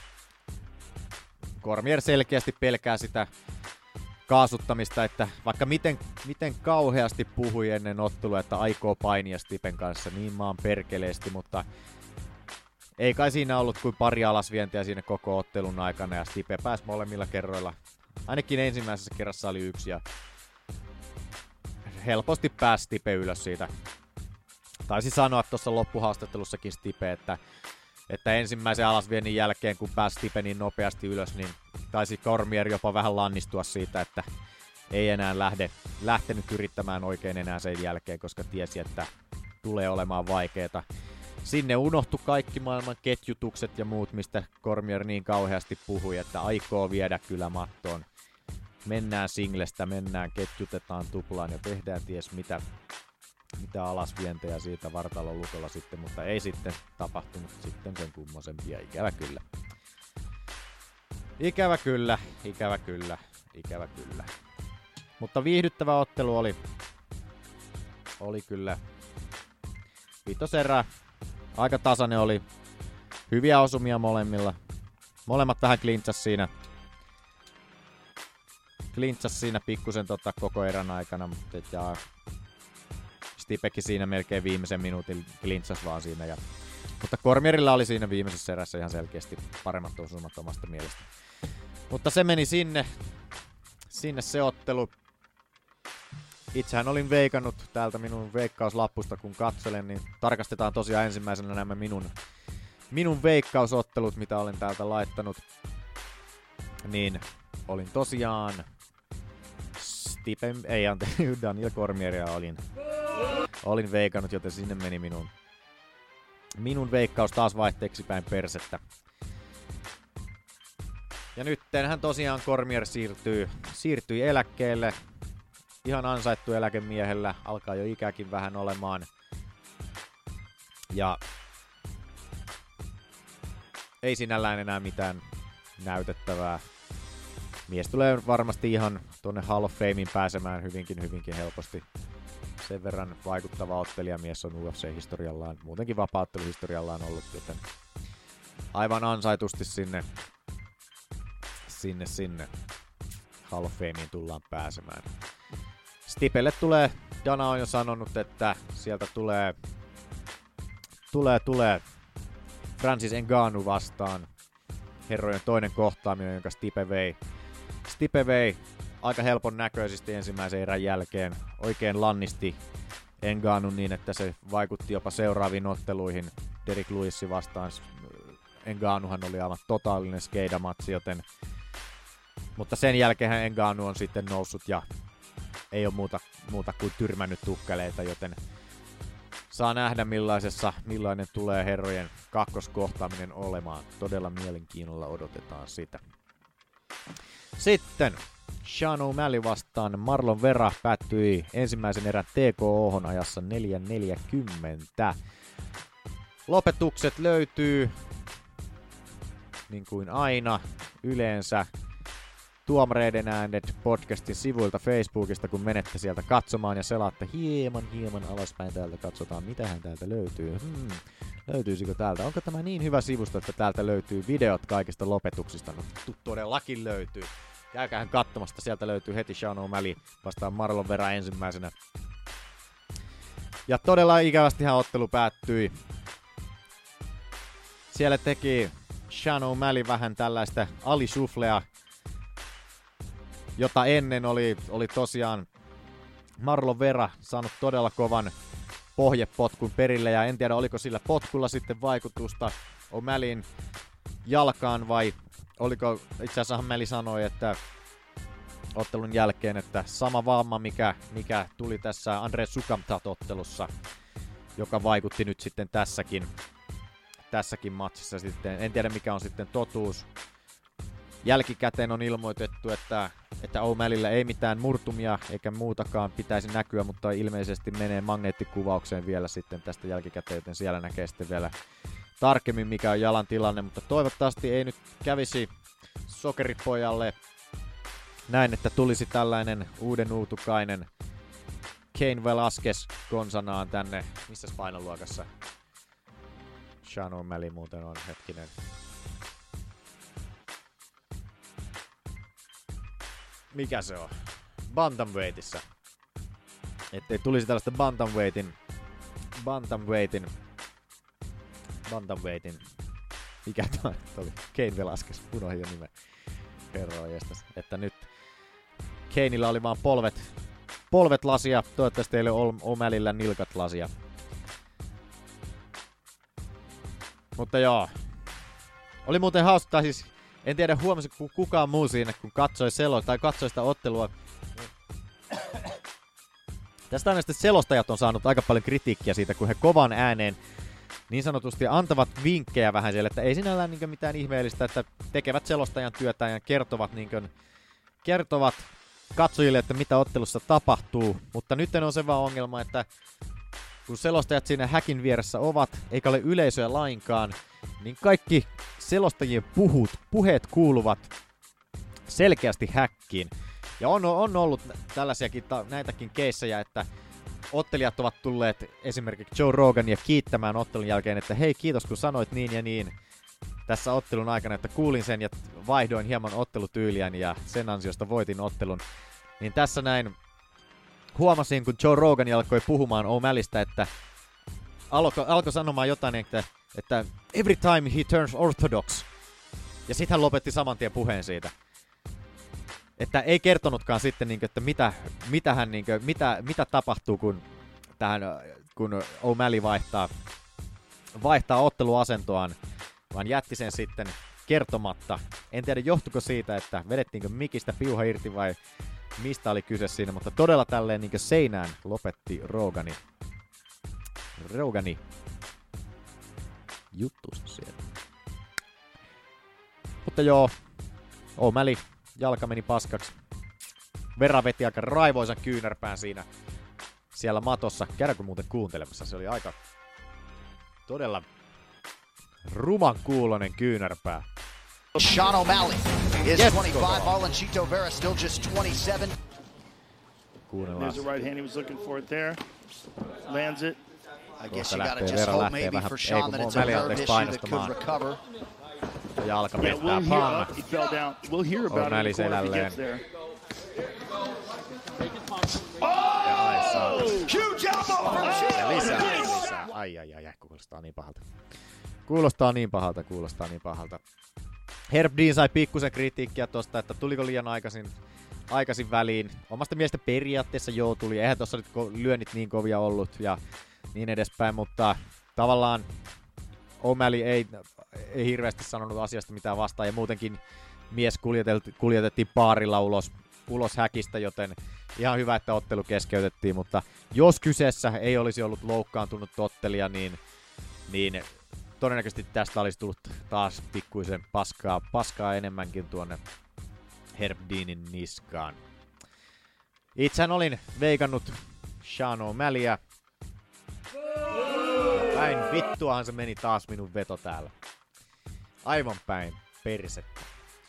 Cormier selkeästi pelkää sitä kaasuttamista, että vaikka miten, miten kauheasti puhui ennen ottelua, että aikoo painia Stipen kanssa niin maan perkeleesti, mutta ei kai siinä ollut kuin pari alasvientiä siinä koko ottelun aikana ja Stipe pääsi molemmilla kerroilla. Ainakin ensimmäisessä kerrassa oli yksi ja helposti pääsi Stipe ylös siitä. Taisi sanoa tuossa loppuhaastattelussakin Stipe, että, että ensimmäisen alasviennin jälkeen kun pääsi Stipe niin nopeasti ylös, niin taisi Cormier jopa vähän lannistua siitä, että ei enää lähde, lähtenyt yrittämään oikein enää sen jälkeen, koska tiesi, että tulee olemaan vaikeeta. Sinne unohtui kaikki maailman ketjutukset ja muut, mistä Cormier niin kauheasti puhui, että aikoo viedä kyllä mattoon. Mennään singlestä, mennään, ketjutetaan tuplaan ja tehdään ties mitä, mitä alasvientejä siitä vartalon lukolla sitten, mutta ei sitten tapahtunut sitten sen kummosempia, ikävä kyllä. Ikävä kyllä, ikävä kyllä, ikävä kyllä. Mutta viihdyttävä ottelu oli, oli kyllä vitoserä. Aika tasainen oli. Hyviä osumia molemmilla. Molemmat vähän klintsas siinä. Klintsas siinä pikkusen tota koko erän aikana, mutta ja Stipekin siinä melkein viimeisen minuutin klintsas vaan siinä. Ja, mutta Cormierilla oli siinä viimeisessä erässä ihan selkeästi paremmat osumat omasta mielestä. Mutta se meni sinne. Sinne se ottelu. Itsehän olin veikannut täältä minun veikkauslappusta, kun katselen, niin tarkastetaan tosiaan ensimmäisenä nämä minun, minun veikkausottelut, mitä olen täältä laittanut. Niin olin tosiaan Stipe, ei anteeksi, Daniel Cormieria olin, olin veikannut, joten sinne meni minun, minun veikkaus taas vaihteeksi päin persettä. Ja nyttenhän tosiaan Cormier siirtyy, siirtyi eläkkeelle. Ihan ansaittu eläkemiehellä, alkaa jo ikäkin vähän olemaan. Ja ei sinällään enää mitään näytettävää. Mies tulee varmasti ihan tuonne Hall of Famein pääsemään hyvinkin hyvinkin helposti. Sen verran vaikuttava ottelijamies on U F C-historiallaan, muutenkin vapaatteluhistoriallaan ollut, joten aivan ansaitusti sinne, sinne, sinne Hall of Fameen tullaan pääsemään. Stipelle tulee, Dana on jo sanonut, että sieltä tulee, tulee, tulee Francis Ngannou vastaan. Herrojen toinen kohtaaminen, jonka Stipe vei. Stipe vei aika helpon näköisesti ensimmäisen erän jälkeen. Oikein lannisti Ngannou niin, että se vaikutti jopa seuraaviin otteluihin. Derrick Lewisin vastaan Ngannouhan oli aivan totaalinen skeidamatsi, joten mutta sen jälkeen Ngannou on sitten noussut ja ei ole muuta, muuta kuin tyrmännyt tukkeleita, joten saa nähdä millaisessa, millainen tulee herrojen kakkoskohtaaminen olemaan. Todella mielenkiinnolla odotetaan sitä. Sitten Sean O'Malley vastaan Marlon Vera päättyi ensimmäisen erän T K O:hon ajassa neljä neljäkymmentä. Lopetukset löytyy niin kuin aina yleensä Tuomareiden äänet podcastin sivuilta Facebookista, kun menette sieltä katsomaan ja selaatte hieman hieman alaspäin täältä, katsotaan mitähän täältä löytyy. Hmm, löytyisikö täältä? Onko tämä niin hyvä sivusto, että täältä löytyy videot kaikista lopetuksista? No todellakin löytyy. Käykäähän katsomasta, sieltä löytyy heti Sean O'Malley vastaan Marlon Vera ensimmäisenä. Ja todella ikävästihän ottelu päättyi. Siellä teki Sean O'Malley vähän tällaista alisuflea, jota ennen oli, oli tosiaan Marlon Vera saanut todella kovan pohjepotkun perille, ja en tiedä oliko sillä potkulla sitten vaikutusta O'Malleyn jalkaan vai oliko, itse asiassa O'Malley sanoi, että ottelun jälkeen, että sama vamma mikä, mikä tuli tässä Andre Sukamtat-ottelussa, joka vaikutti nyt sitten tässäkin, tässäkin matsissa sitten, en tiedä mikä on sitten totuus. Jälkikäteen on ilmoitettu, että, että O'Malleyllä ei mitään murtumia eikä muutakaan pitäisi näkyä, mutta ilmeisesti menee magneettikuvaukseen vielä sitten tästä jälkikäteen, joten siellä näkee sitten vielä tarkemmin mikä on jalan tilanne, mutta toivottavasti ei nyt kävisi sokeripojalle näin, että tulisi tällainen uuden uutukainen Cain Velasquez konsanaan tänne, missä painoluokassa Sean O'Malley muuten on, hetkinen. Mikä se on? Bantamweightissa. Ettei tulisi tällaista bantamweightin bantamweightin bantamweightin mikä toi oli? Cain Velasquez, unohdin jo nimen. Herra jestas. Että nyt Cainilla oli vaan polvet polvet lasia, toivottavasti ei ole O'Malleyllä nilkat lasia. Mutta joo. Oli muuten hauska, siis en tiedä huomasi kukaan muu siinä, kun katsoi selo tai katsoi sitä ottelua. Tästä aina sitten selostajat on saanut aika paljon kritiikkiä siitä, kun he kovan ääneen niin sanotusti antavat vinkkejä vähän siellä, että ei sinällään niin mitään ihmeellistä, että tekevät selostajan työtä ja kertovat, niin kuin, kertovat katsojille, että mitä ottelussa tapahtuu. Mutta nyt on se vaan ongelma, että kun selostajat siinä häkin vieressä ovat, eikä ole yleisöä lainkaan, niin kaikki selostajien puhut, puheet kuuluvat selkeästi häkkiin. Ja on, on ollut tällaisiakin, näitäkin keissejä, että ottelijat ovat tulleet esimerkiksi Joe Rogania kiittämään ottelun jälkeen, että hei kiitos kun sanoit niin ja niin tässä ottelun aikana, että kuulin sen ja vaihdoin hieman ottelutyyliäni ja sen ansiosta voitin ottelun. Niin tässä näin huomasin, kun Joe Rogan alkoi puhumaan O'Malleystä, että alkoi alko sanomaan jotain, että, että every time he turns orthodox. Ja sitten hän lopetti saman tien puheen siitä. Että ei kertonutkaan sitten, että mitä, mitä, hän, mitä, mitä tapahtuu, kun, tähän, kun O'Malley vaihtaa, vaihtaa otteluasentoaan, vaan jätti sen sitten kertomatta. En tiedä, johtuiko siitä, että vedettiinkö mikistä piuha irti vai mistä oli kyse siinä, mutta todella tälleen niin seinään lopetti Rogani. Rogani juttusta siellä. Mutta joo, O'Malley jalka meni paskaksi. Vera veti aika raivoisan kyynärpään siinä siellä matossa. Käydäänkö muuten kuuntelemassa? Se oli aika todella ruman kuulonen kyynärpää. Sean O'Malley is yes, twenty-five, Marlon Chito Vera still just twenty-seven. Kuunnellaan. There's a right hand, he was looking for it there. Lands it. I guess you gotta just hope maybe for Sean that it's a nerve issue that could recover. Jalka Yeah, pestää we'll hear, panna. uh, he fell down. We'll hear about O'Malley it in the corner if he selälleen. gets there. Oh! Huge elbow from Ja Chito. lisää, lisää. Ai ai ai, ai, kuulostaa niin pahalta. Kuulostaa niin pahalta, kuulostaa niin pahalta. Herb Dean sai pikkusen kritiikkiä tosta, että tuliko liian aikaisin, aikaisin väliin. Omasta mielestä periaatteessa joo tuli, eihän tossa nyt lyönnit niin kovia ollut ja niin edespäin, mutta tavallaan O'Malley ei, ei hirveästi sanonut asiasta mitään vastaan ja muutenkin mies kuljetettiin paarilla ulos, ulos häkistä, joten ihan hyvä, että ottelu keskeytettiin, mutta jos kyseessä ei olisi ollut loukkaantunut ottelija, niin, niin todennäköisesti tästä olisi tullut taas pikkuisen paskaa, paskaa enemmänkin tuonne Herb Deanin niskaan. Itsehän olin veikannut Sean O'Malleyä. Päin vittuahan se meni taas minun veto täällä. Aivan päin persettä.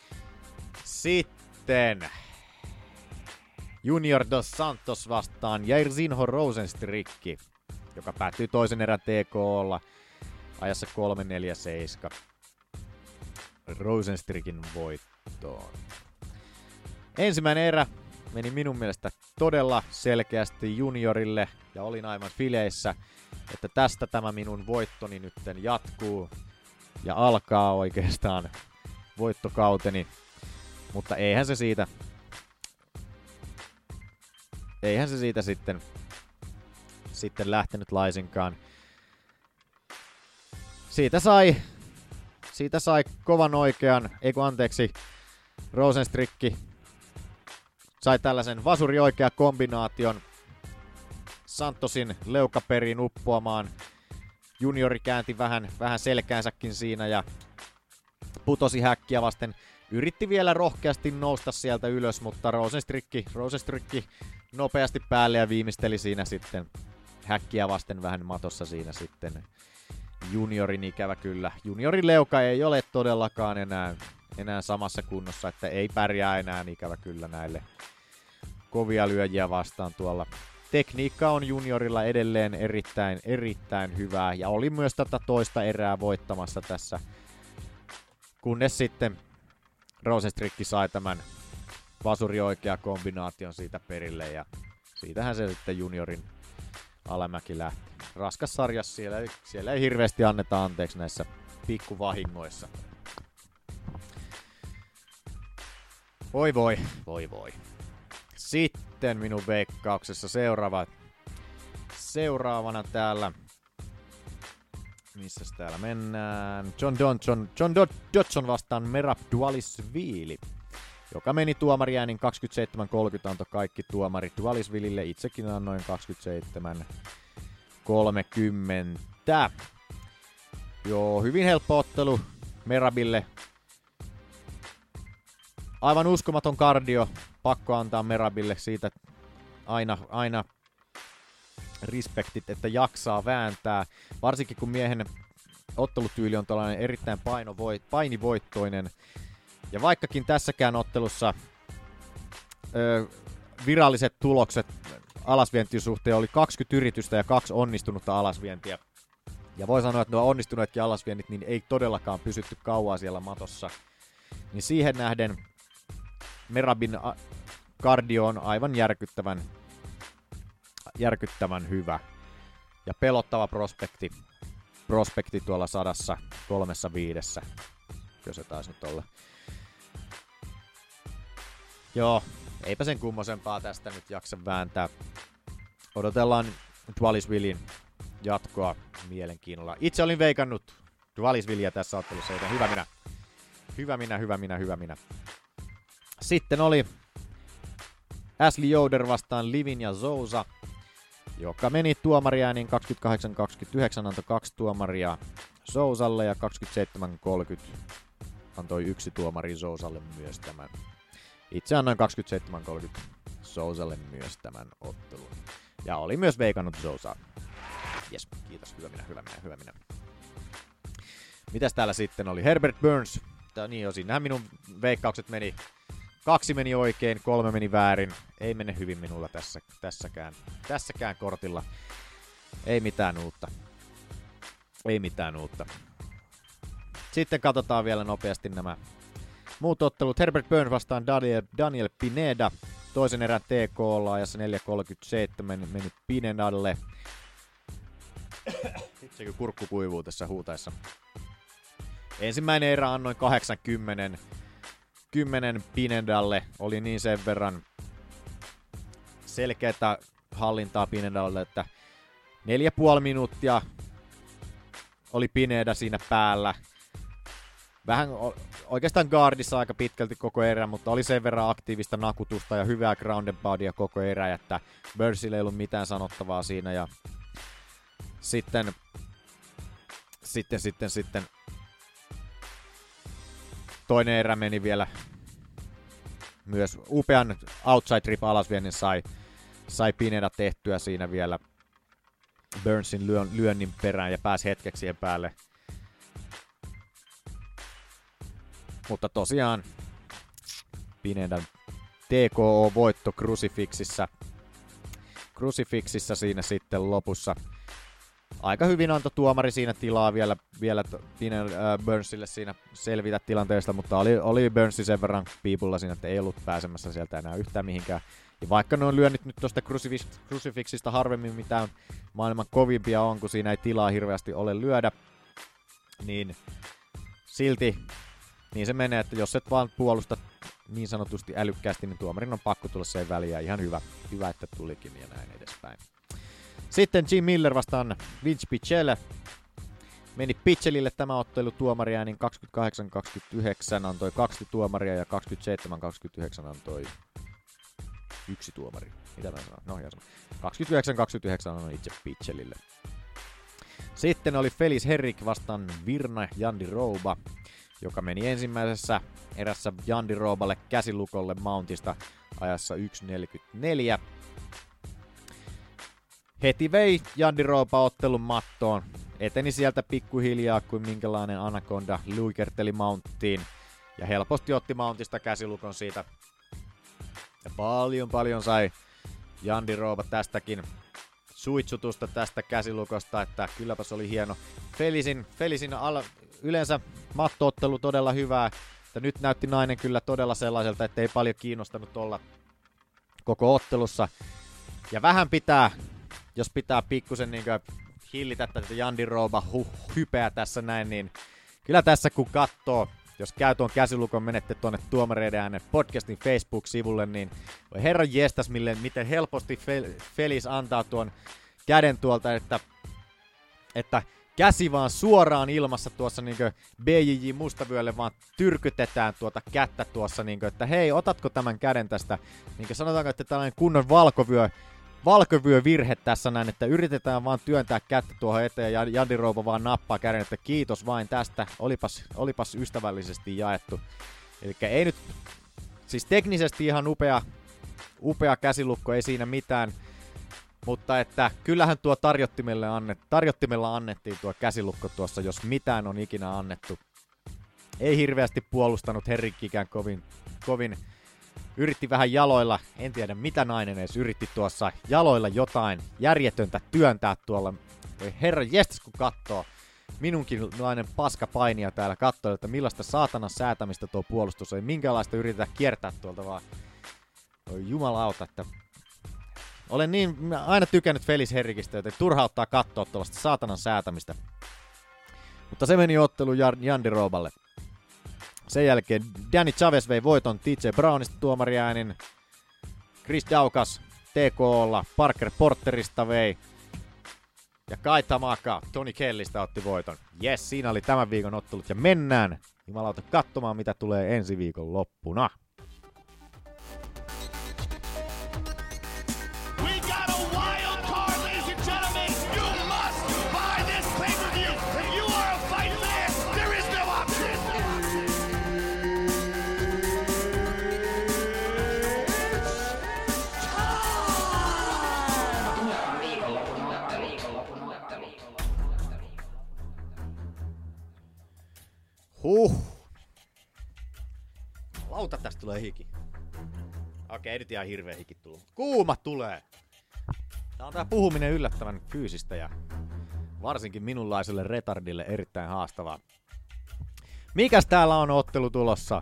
Sitten Junior Dos Santos vastaan Jairzinho Rosenstrikki, joka päättyi toisen erän T K O:lla ajassa kolme neljä seitsemän Rosenstrickin voittoon. Ensimmäinen erä meni minun mielestä todella selkeästi juniorille ja olin aivan fileissä, että tästä tämä minun voittoni nytten jatkuu ja alkaa oikeastaan voittokauteni, mutta eihän se siitä eihän se siitä sitten sitten lähtenyt laisinkaan. Siitä sai siitä sai kovan oikean, ei kun anteeksi, Rosenstrikki sai tällaisen vasuri oikea kombinaation Santosin leukaperiin uppoamaan. Juniori käänti vähän, vähän selkäänsäkin siinä ja putosi häkkiä vasten. yritti vielä rohkeasti nousta sieltä ylös, mutta Rosenstrikki, Rosenstrikki nopeasti päälle ja viimeisteli siinä sitten häkkiä vasten vähän matossa siinä sitten. Juniorin ikävä kyllä. Juniorin leuka ei ole todellakaan enää, enää samassa kunnossa, että ei pärjää enää ikävä kyllä näille kovia lyöjiä vastaan tuolla. Tekniikka on juniorilla edelleen erittäin, erittäin hyvää ja oli myös tätä toista erää voittamassa tässä, kunnes sitten Rosenstrikki sai tämän vasuri oikea kombinaation siitä perille ja siitähän se sitten juniorin alamäki lähti. Raskas sarjas, siellä ei, siellä ei hirveästi anneta anteeksi näissä pikkuvahingoissa. Voi voi, voi voi. Sitten minun veikkauksessa seuraava, seuraavana täällä, missäs täällä mennään, John Dodson, John Dodson vastaan Merab Dvalishvili, joka meni tuomariäänin kaksikymmentäseitsemän kolmekymmentä, antoi kaikki tuomari Dvalishvilille, itsekin annoin kaksikymmentäseitsemän kolmekymmentä. Joo, hyvin helppo ottelu Merabille. Aivan uskomaton kardio, pakko antaa Merabille siitä aina, aina respektit, että jaksaa vääntää. Varsinkin kun miehen ottelutyyli on tällainen erittäin painovoit, painivoittoinen. Ja vaikkakin tässäkään ottelussa ö, viralliset tulokset alasvientien suhteen oli kaksikymmentä yritystä ja kaksi onnistunutta alasvientiä. Ja voi sanoa, että nuo onnistuneetkin alasviennit niin ei todellakaan pysytty kauaa siellä matossa. Niin siihen nähden Merabin kardio on aivan järkyttävän, järkyttävän hyvä. Ja pelottava prospekti, prospekti tuolla sadassa kolmessa viidessä. Kyllä se taisi nyt olla. Joo, eipä sen kummosempaa tästä nyt jaksa vääntää. Odotellaan Dvalishvilin jatkoa mielenkiinnolla. Itse olin veikannut Dvalishvilia tässä ottelussa, joten hyvä minä. Hyvä minä, hyvä minä, hyvä minä. Sitten oli Ashley Yoder vastaan Livin ja Sousa, joka meni tuomariääniin kaksikymmentäkahdeksan kaksikymmentäyhdeksän, antoi kaksi tuomaria Sousalle ja kaksikymmentäseitsemän kolmekymmentä antoi yksi tuomari Sousalle myös tämän. Itse annoin kaksikymmentäseitsemän kolmekymmentä Sousalle myös tämän ottelun. Ja oli myös veikannut Sousaa. Jes, kiitos, hyvä minä, hyvä minä, hyvä minä. Mitäs täällä sitten oli? Herbert Burns. Tää, niin osin, nämä minun veikkaukset meni. Kaksi meni oikein, kolme meni väärin. Ei mene hyvin minulla tässä, tässäkään, tässäkään kortilla. Ei mitään uutta. Ei mitään uutta. Sitten katsotaan vielä nopeasti nämä muut ottelut. Herbert Burns vastaan Daniel, Daniel Pineda. Toisen erän T K-laajassa neljä kolmekymmentäseitsemän meni Pinedalle. Itse kun kurkku kuivuu tässä huutaessa. Ensimmäinen erä annoin kahdeksankymmentä. kymmenen Pinedalle. Oli niin sen verran selkeätä hallintaa Pinedalle, että neljä puoli minuuttia oli Pineda siinä päällä. Vähän oikeastaan guardissa aika pitkälti koko erä, mutta oli sen verran aktiivista nakutusta ja hyvää ground and pounder koko erä, että Burnsille ei ollut mitään sanottavaa siinä. Ja sitten, sitten, sitten, sitten toinen erä meni vielä myös upean outside trip alasviennin sai, sai Pineda tehtyä siinä vielä Burnsin lyön, lyönnin perään ja pääsi hetkeksi siihen päälle. Mutta tosiaan Pinedan T K O-voitto Crucifixissa. Crucifixissa siinä sitten lopussa. Aika hyvin antoi tuomari siinä tilaa vielä, vielä Pine, äh, Burnsille siinä selvitä tilanteesta, mutta oli, oli Burnsi sen verran piipulla siinä, että ei ollut pääsemässä sieltä enää yhtään mihinkään. Ja vaikka ne on lyönyt nyt tuosta Crucifix, Crucifixista harvemmin mitään maailman kovimpia on, kun siinä ei tilaa hirveästi ole lyödä, niin silti niin se menee, että jos et vaan puolusta niin sanotusti älykkäästi, niin tuomarin on pakko tulla sen väliin ja ihan hyvä, hyvä että tulikin ja näin edespäin. Sitten Jim Miller vastaan Vince Pichel. Meni Pichelille tämä ottelu tuomariäänin kaksikymmentäkahdeksan kaksikymmentäyhdeksän, antoi kaksi tuomaria ja kaksikymmentäseitsemän kaksikymmentäyhdeksän antoi yksi tuomari. Mitä mä sanon? No, kaksikymmentäyhdeksän kaksikymmentäyhdeksän antoi itse Pichelille. Sitten oli Felice Herrig vastaan Virna Jandiroba. joka meni ensimmäisessä erässä Jandiroballe käsilukolle mountista ajassa yksi neljäkymmentäneljä. Heti vei Jandiroba ottelun mattoon. Eteni sieltä pikkuhiljaa kuin minkälainen anakonda luikerteli mounttiin. Ja helposti otti mountista käsilukon siitä. Ja paljon paljon sai Jandiroba tästäkin suitsutusta tästä käsilukosta, että kylläpäs oli hieno. Felisin, Felisin al- yleensä mattoottelu todella hyvää. Että nyt näytti nainen kyllä todella sellaiselta, että ei paljon kiinnostanut olla koko ottelussa. Ja vähän pitää, jos pitää pikkusen niinkö hillitä tätä Jandiroba hu- hypeä tässä näin, niin kyllä tässä kun katsoo, jos käy tuon käsilukon, menette tuonne Tuomareiden äänen podcastin Facebook-sivulle, niin voi herran jestas, miten helposti Fel- Felis antaa tuon käden tuolta, että, että käsi vaan suoraan ilmassa tuossa niinkö B J J Mustavyölle vaan tyrkytetään tuota kättä tuossa, niinkö, että hei, otatko tämän käden tästä, niinkö sanotaanko, että tällainen kunnon valkovyö, valkovyövirhe tässä näin, että yritetään vaan työntää kättä tuohon eteen ja Jandiroba vaan nappaa käden, että kiitos vain tästä, olipas, olipas ystävällisesti jaettu. Elikkä ei nyt, siis teknisesti ihan upea, upea käsilukko, ei siinä mitään, mutta että kyllähän tuo tarjottimelle annet, tarjottimella annettiin tuo käsilukko tuossa, jos mitään on ikinä annettu. Ei hirveästi puolustanut Henrikkikään kovin, kovin. Yritti vähän jaloilla, en tiedä mitä nainen edes yritti tuossa jaloilla jotain järjetöntä työntää tuolla. Voi herra jestas kun kattoo. Minunkin nainen paskapainia täällä kattoo, että millaista saatanan säätämistä tuo puolustus on. Minkälaista yritetään kiertää tuolta vaan. Oi jumalauta, että olen niin aina tykännyt Felis Henrikistä, että turhauttaa katsoa tuollaista saatanan säätämistä. Mutta se meni ottelu Jandiroballe. Sen jälkeen Danny Chavez vei voiton T J Brownista tuomariäänin. Chris Daukas T K O:lla Parker Porterista vei. Ja Kai Tamaka Tony Kellistä otti voiton. Jes, siinä oli tämän viikon ottelut ja mennään jumalauta katsomaan mitä tulee ensi viikon loppuna. Huh. Lauta, tästä tulee hiki. Okei, ei nyt ihan hirveä hiki tullut. Kuuma tulee! Tää on tää puhuminen yllättävän fyysistä ja varsinkin minunlaiselle retardille erittäin haastavaa. Mikäs täällä on ottelu tulossa?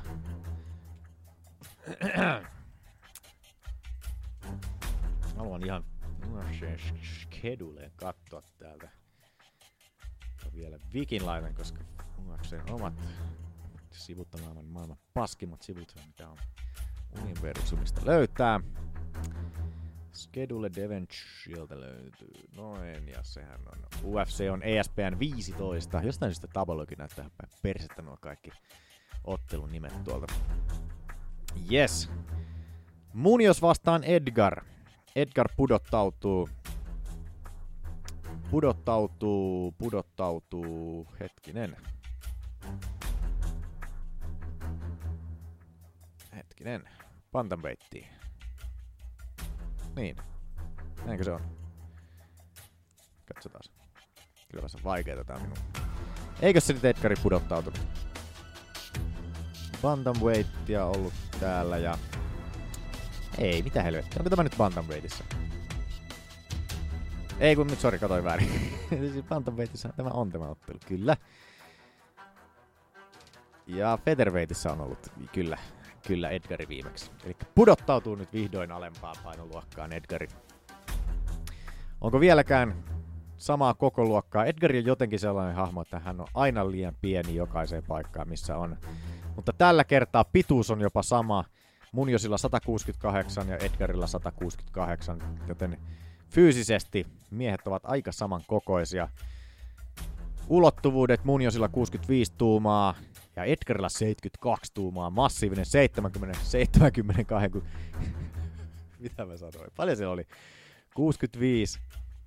Haluan ihan scheduleen katsoa täältä. Vielä vikinlainen, koska muakseen omat sivut on maailman, maailman paskimmat sivut, mitä on universumista löytää. Schedule Devon sieltä löytyy noin, ja sehän on U F C on E S P N viisitoista. Jostain syystä Tabloikin näyttää persettä nuo kaikki ottelun nimet tuolta. Yes. Munoz vastaan Edgar. Edgar pudottautuu. Pudottautuu, pudottautuu, hetkinen. Hetkinen, bantamweighttiin. Niin, näinkö se on? Katsotaan. Kyllä se on vaikeeta tää minun. Eikö se nyt Edgari pudottautunut? Bantamweightia ollut täällä ja... Ei, mitä helvettiä. Onko tämä nyt bantamweightissa? Ei kun nyt, sori, katoin väärin. Bantamweightissa tämä on tämä ottelu, kyllä. Ja featherweightissa on ollut, kyllä, kyllä Edgari viimeksi. Eli pudottautuu nyt vihdoin alempaan painoluokkaan Edgari. Onko vieläkään samaa kokoluokkaa? Edgari on jotenkin sellainen hahmo, että hän on aina liian pieni jokaiseen paikkaan, missä on. Mutta tällä kertaa pituus on jopa sama. Munozilla sata kuusikymmentäkahdeksan ja Edgarilla sata kuusikymmentäkahdeksan, joten fyysisesti miehet ovat aika samankokoisia. Ulottuvuudet Munozilla kuusikymmentäviisi tuumaa ja Edgarilla seitsemänkymmentäkaksi tuumaa. Massiivinen seitsemänkymmentä, seitsemänkymmentäkaksi. Kun... Mitä mä sanoin? Paljon se oli? kuusikymmentäviisi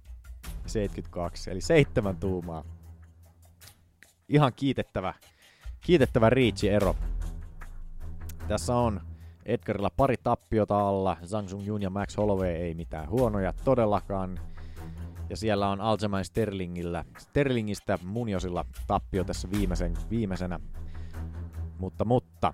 seitsemänkymmentäkaksi, eli seitsemän tuumaa. Ihan kiitettävä, kiitettävä reach-ero. Tässä on Edgarilla pari tappiota alla, Zhang Zhongyun ja Max Holloway ei mitään huonoja todellakaan. Ja siellä on Aljamain Sterlingillä, Sterlingistä Munhosilla tappio tässä viimeisen, viimeisenä. Mutta, mutta,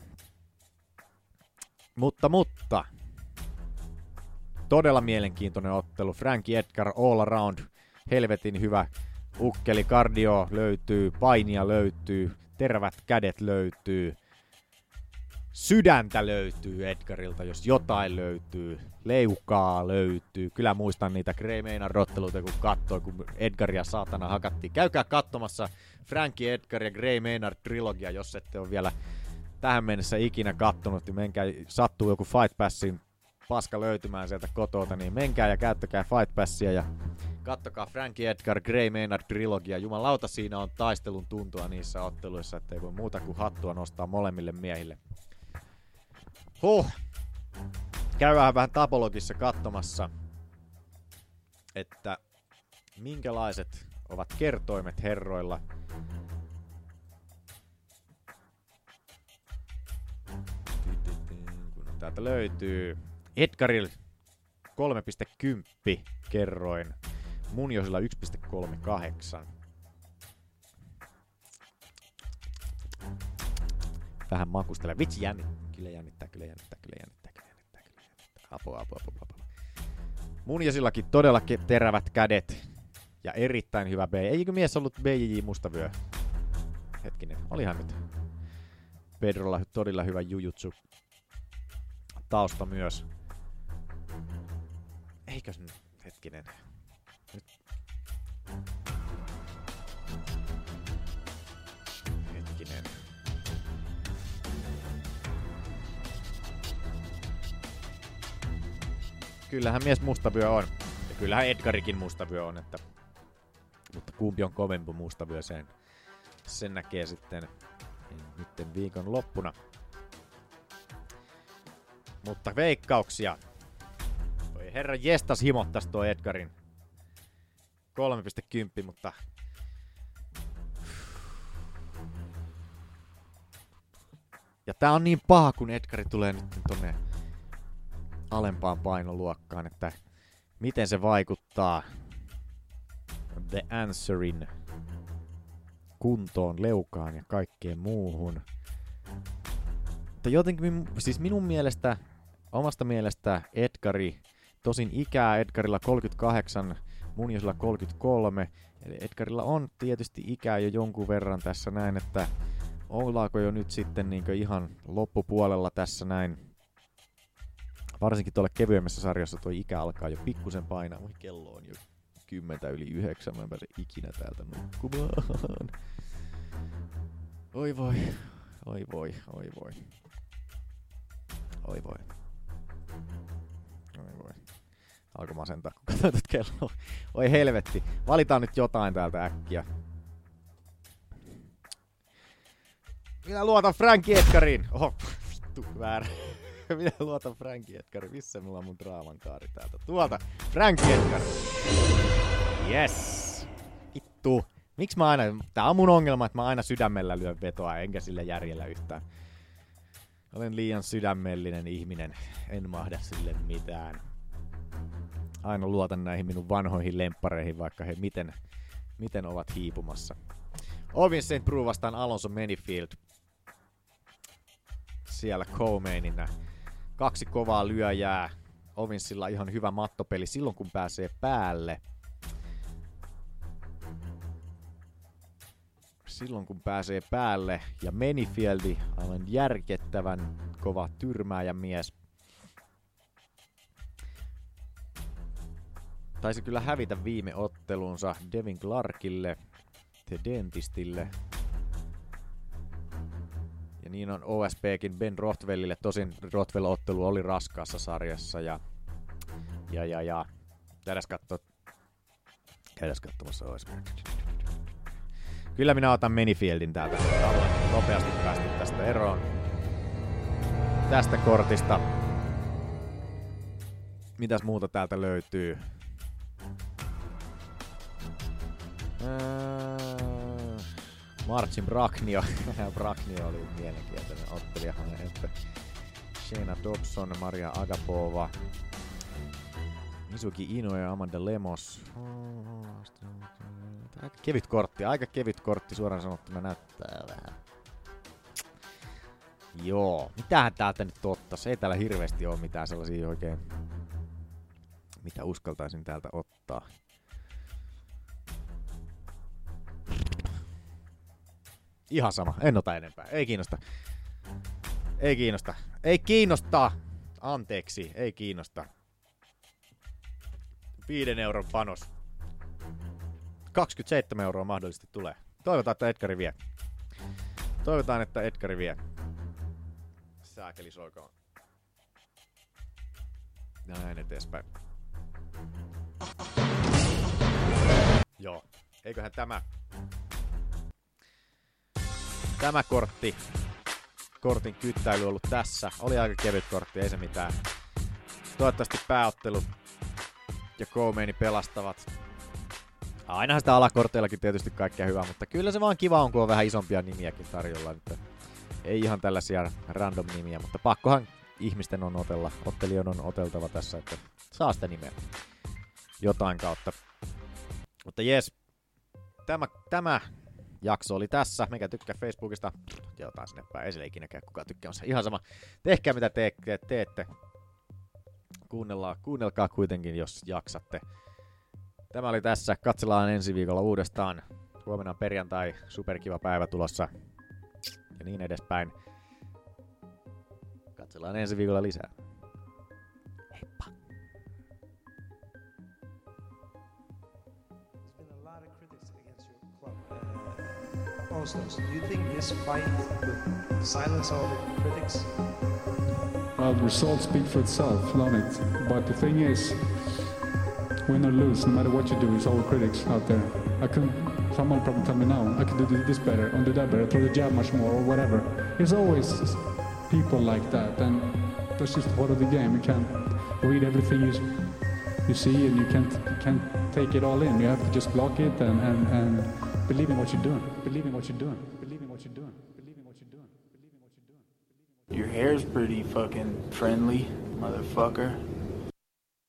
mutta, mutta, todella mielenkiintoinen ottelu. Frankie Edgar all around, helvetin hyvä ukkeli, kardio löytyy, painia löytyy, terävät kädet löytyy. Sydäntä löytyy Edgarilta, jos jotain löytyy. Leukaa löytyy. Kyllä muistan niitä Gray Maynard-otteluita, kun katsoi, kun Edgaria saatana hakattiin. Käykää katsomassa Frankie Edgar ja Gray Maynard-trilogia, jos ette ole vielä tähän mennessä ikinä kattonut. Niin menkää, sattuu joku Fight Passin paska löytymään sieltä kotota, niin menkää ja käyttäkää Fight Passia ja kattokaa Frankie Edgar, Gray Maynard-trilogia. Jumalauta, siinä on taistelun tuntua niissä otteluissa, ettei voi muuta kuin hattua nostaa molemmille miehille. Huh. Käydään vähän Tapologissa katsomassa, että minkälaiset ovat kertoimet herroilla. Täältä löytyy Edgaril kolme pilkku kymmenen kerroin, Munhosilla yksi pilkku kolmekymmentäkahdeksan. Vähän makustele. Vitsi jännittää. Kyllä jännittää, kyllä jännittää, kyllä jännittää, kyllä jännittää, kyllä jännittää. Apua, apua, apua, apua. Munhosillakin todella terävät kädet ja erittäin hyvä B. Eikö mies ollut B J J Mustavyö? Hetkinen, olihan nyt. Pedrolla todella hyvä jujutsu tausta myös. Eikös nyt, hetkinen. Nyt. Hetkinen. Kyllähän mies mustavyö on. Ja kyllähän Edgarikin mustavyö on, että... Mutta kumpi on kovempi mustavyö, sen, sen näkee sitten nytten viikon loppuna. Mutta veikkauksia. Toi herra jestas himottas toi Edgarin. kolme pilkku kymmenen, mutta... Ja tää on niin paha, kun Edgari tulee nyt tonne alempaan painoluokkaan, että miten se vaikuttaa The Answerin kuntoon, leukaan ja kaikkeen muuhun. Mutta jotenkin, siis minun mielestä, omasta mielestä Edgari, tosin ikää Edgarilla kolmekymmentäkahdeksan, Munhosilla kolmekymmentäkolme, eli Edgarilla on tietysti ikää jo jonkun verran tässä näin, että ollaanko jo nyt sitten niin ihan loppupuolella tässä näin. Varsinkin tuolla kevyemmässä sarjassa tuo ikä alkaa jo pikkusen painaa. Oi, kello on jo kymmentä yli yhdeksän. Mä en pääse ikinä täältä nukkumaan. Oi voi. Oi voi. Oi voi. Oi voi. Oi voi. Alko masentaa, kun katsoit kelloa. Oi helvetti. Valitaan nyt jotain täältä äkkiä. Minä luotan Frankie Edgariin. Oho, vittu, väärä. Minä luotan Frankie Edgarin. Missä mulla on mun draaman kaari täältä? Tuolta. Frankie Edgar. Yes. Vittu. Miksi mä aina... Tää on mun ongelma, että mä aina sydämellä lyön vetoa, enkä sillä järjellä yhtään. Olen liian sydämellinen ihminen. En mahda sille mitään. Aina luotan näihin minun vanhoihin lemppareihin, vaikka he miten, miten ovat hiipumassa. Ovin Saint Preux vastaan Alonso Menifield. Siellä co-mainina. Kaksi kovaa lyöjää. Ovinsilla ihan hyvä mattopeli silloin, kun pääsee päälle. Silloin, kun pääsee päälle. Ja Menifieldi, aivan järkettävän kova tyrmääjämies. Taisi kyllä hävitä viime ottelunsa Devin Clarkille, The Dentistille. Ja niin on O S P:kin Ben Rothwellille. Tosin Rothwell-ottelu oli raskaassa sarjassa. Ja, ja, ja, ja. Käydäs kattoo. Käydäs katsomassa O S P. Kyllä minä otan Menifieldin täältä. Haluan nopeasti päästä tästä eroon. Tästä kortista. Mitäs muuta täältä löytyy? Öö, Marcin Bragnio. Bragnio oli mielenkiintoinen ottelija. Että Shayna Dobson, Maria Agapova, Mizuki Ino ja Amanda Lemos. Aika kevyt kortti, aika kevyt kortti suoraan sanottuna näyttää vähän. Joo, mitähän täältä nyt ottais? Ei täällä hirveästi oo mitään sellaisia oikein, mitä uskaltaisin täältä ottaa. Ihan sama, en ota enempää, ei kiinnosta. Ei kiinnosta, ei kiinnosta! Anteeksi, ei kiinnosta. Viiden euron panos. kaksikymmentäseitsemän euroa mahdollisesti tulee. Toivotaan, että Edgari vie. Toivotaan, että Edgari vie. Sääkeli soikoon. Ja näin eteenpäin. Joo. Eiköhän tämä... Tämä kortti... Kortin kyttäily ollut tässä. Oli aika kevyt kortti, ei se mitään. Toivottavasti pääottelu ja Co-Maini pelastavat. Ainahan sitä alakorteillakin tietysti kaikkea hyvää, mutta kyllä se vaan kiva on, kun on vähän isompia nimiäkin tarjolla. Nyt ei ihan tällaisia random nimiä, mutta pakkohan ihmisten on otella. Ottelijan on oteltava tässä, että saa sitä nimeä jotain kautta. Mutta jes, tämä, tämä jakso oli tässä. Mikä tykkää Facebookista, jotain sinne päin. Ei sille ikinäkään kukaan tykkää, on se ihan sama. Tehkää mitä te, te, teette. Kuunnellaan, kuunnelkaa kuitenkin, jos jaksatte. Tämä oli tässä. Katsellaan ensi viikolla uudestaan. Huomenna on perjantai, superkiva päivä tulossa. Ja niin edespäin. Katsellaan ensi viikolla lisää. Heippa! Ostos, do you think this fight would silence all the critics? Well, the results speak for itself, don't it? But the thing is, win or lose, no matter what you do, it's all critics out there. I couldn't, someone probably tell me now, I could do this better, or do that better, throw the jab much more, or whatever. There's always people like that, and that's just part of the game. You can't read everything you you see, and you can't you can't take it all in. You have to just block it and and and believe in what you're doing. Believe in what you're doing. Believe in what you're doing. Believe in what you're doing. Believe in what you're doing. Your hair's pretty fucking friendly, motherfucker.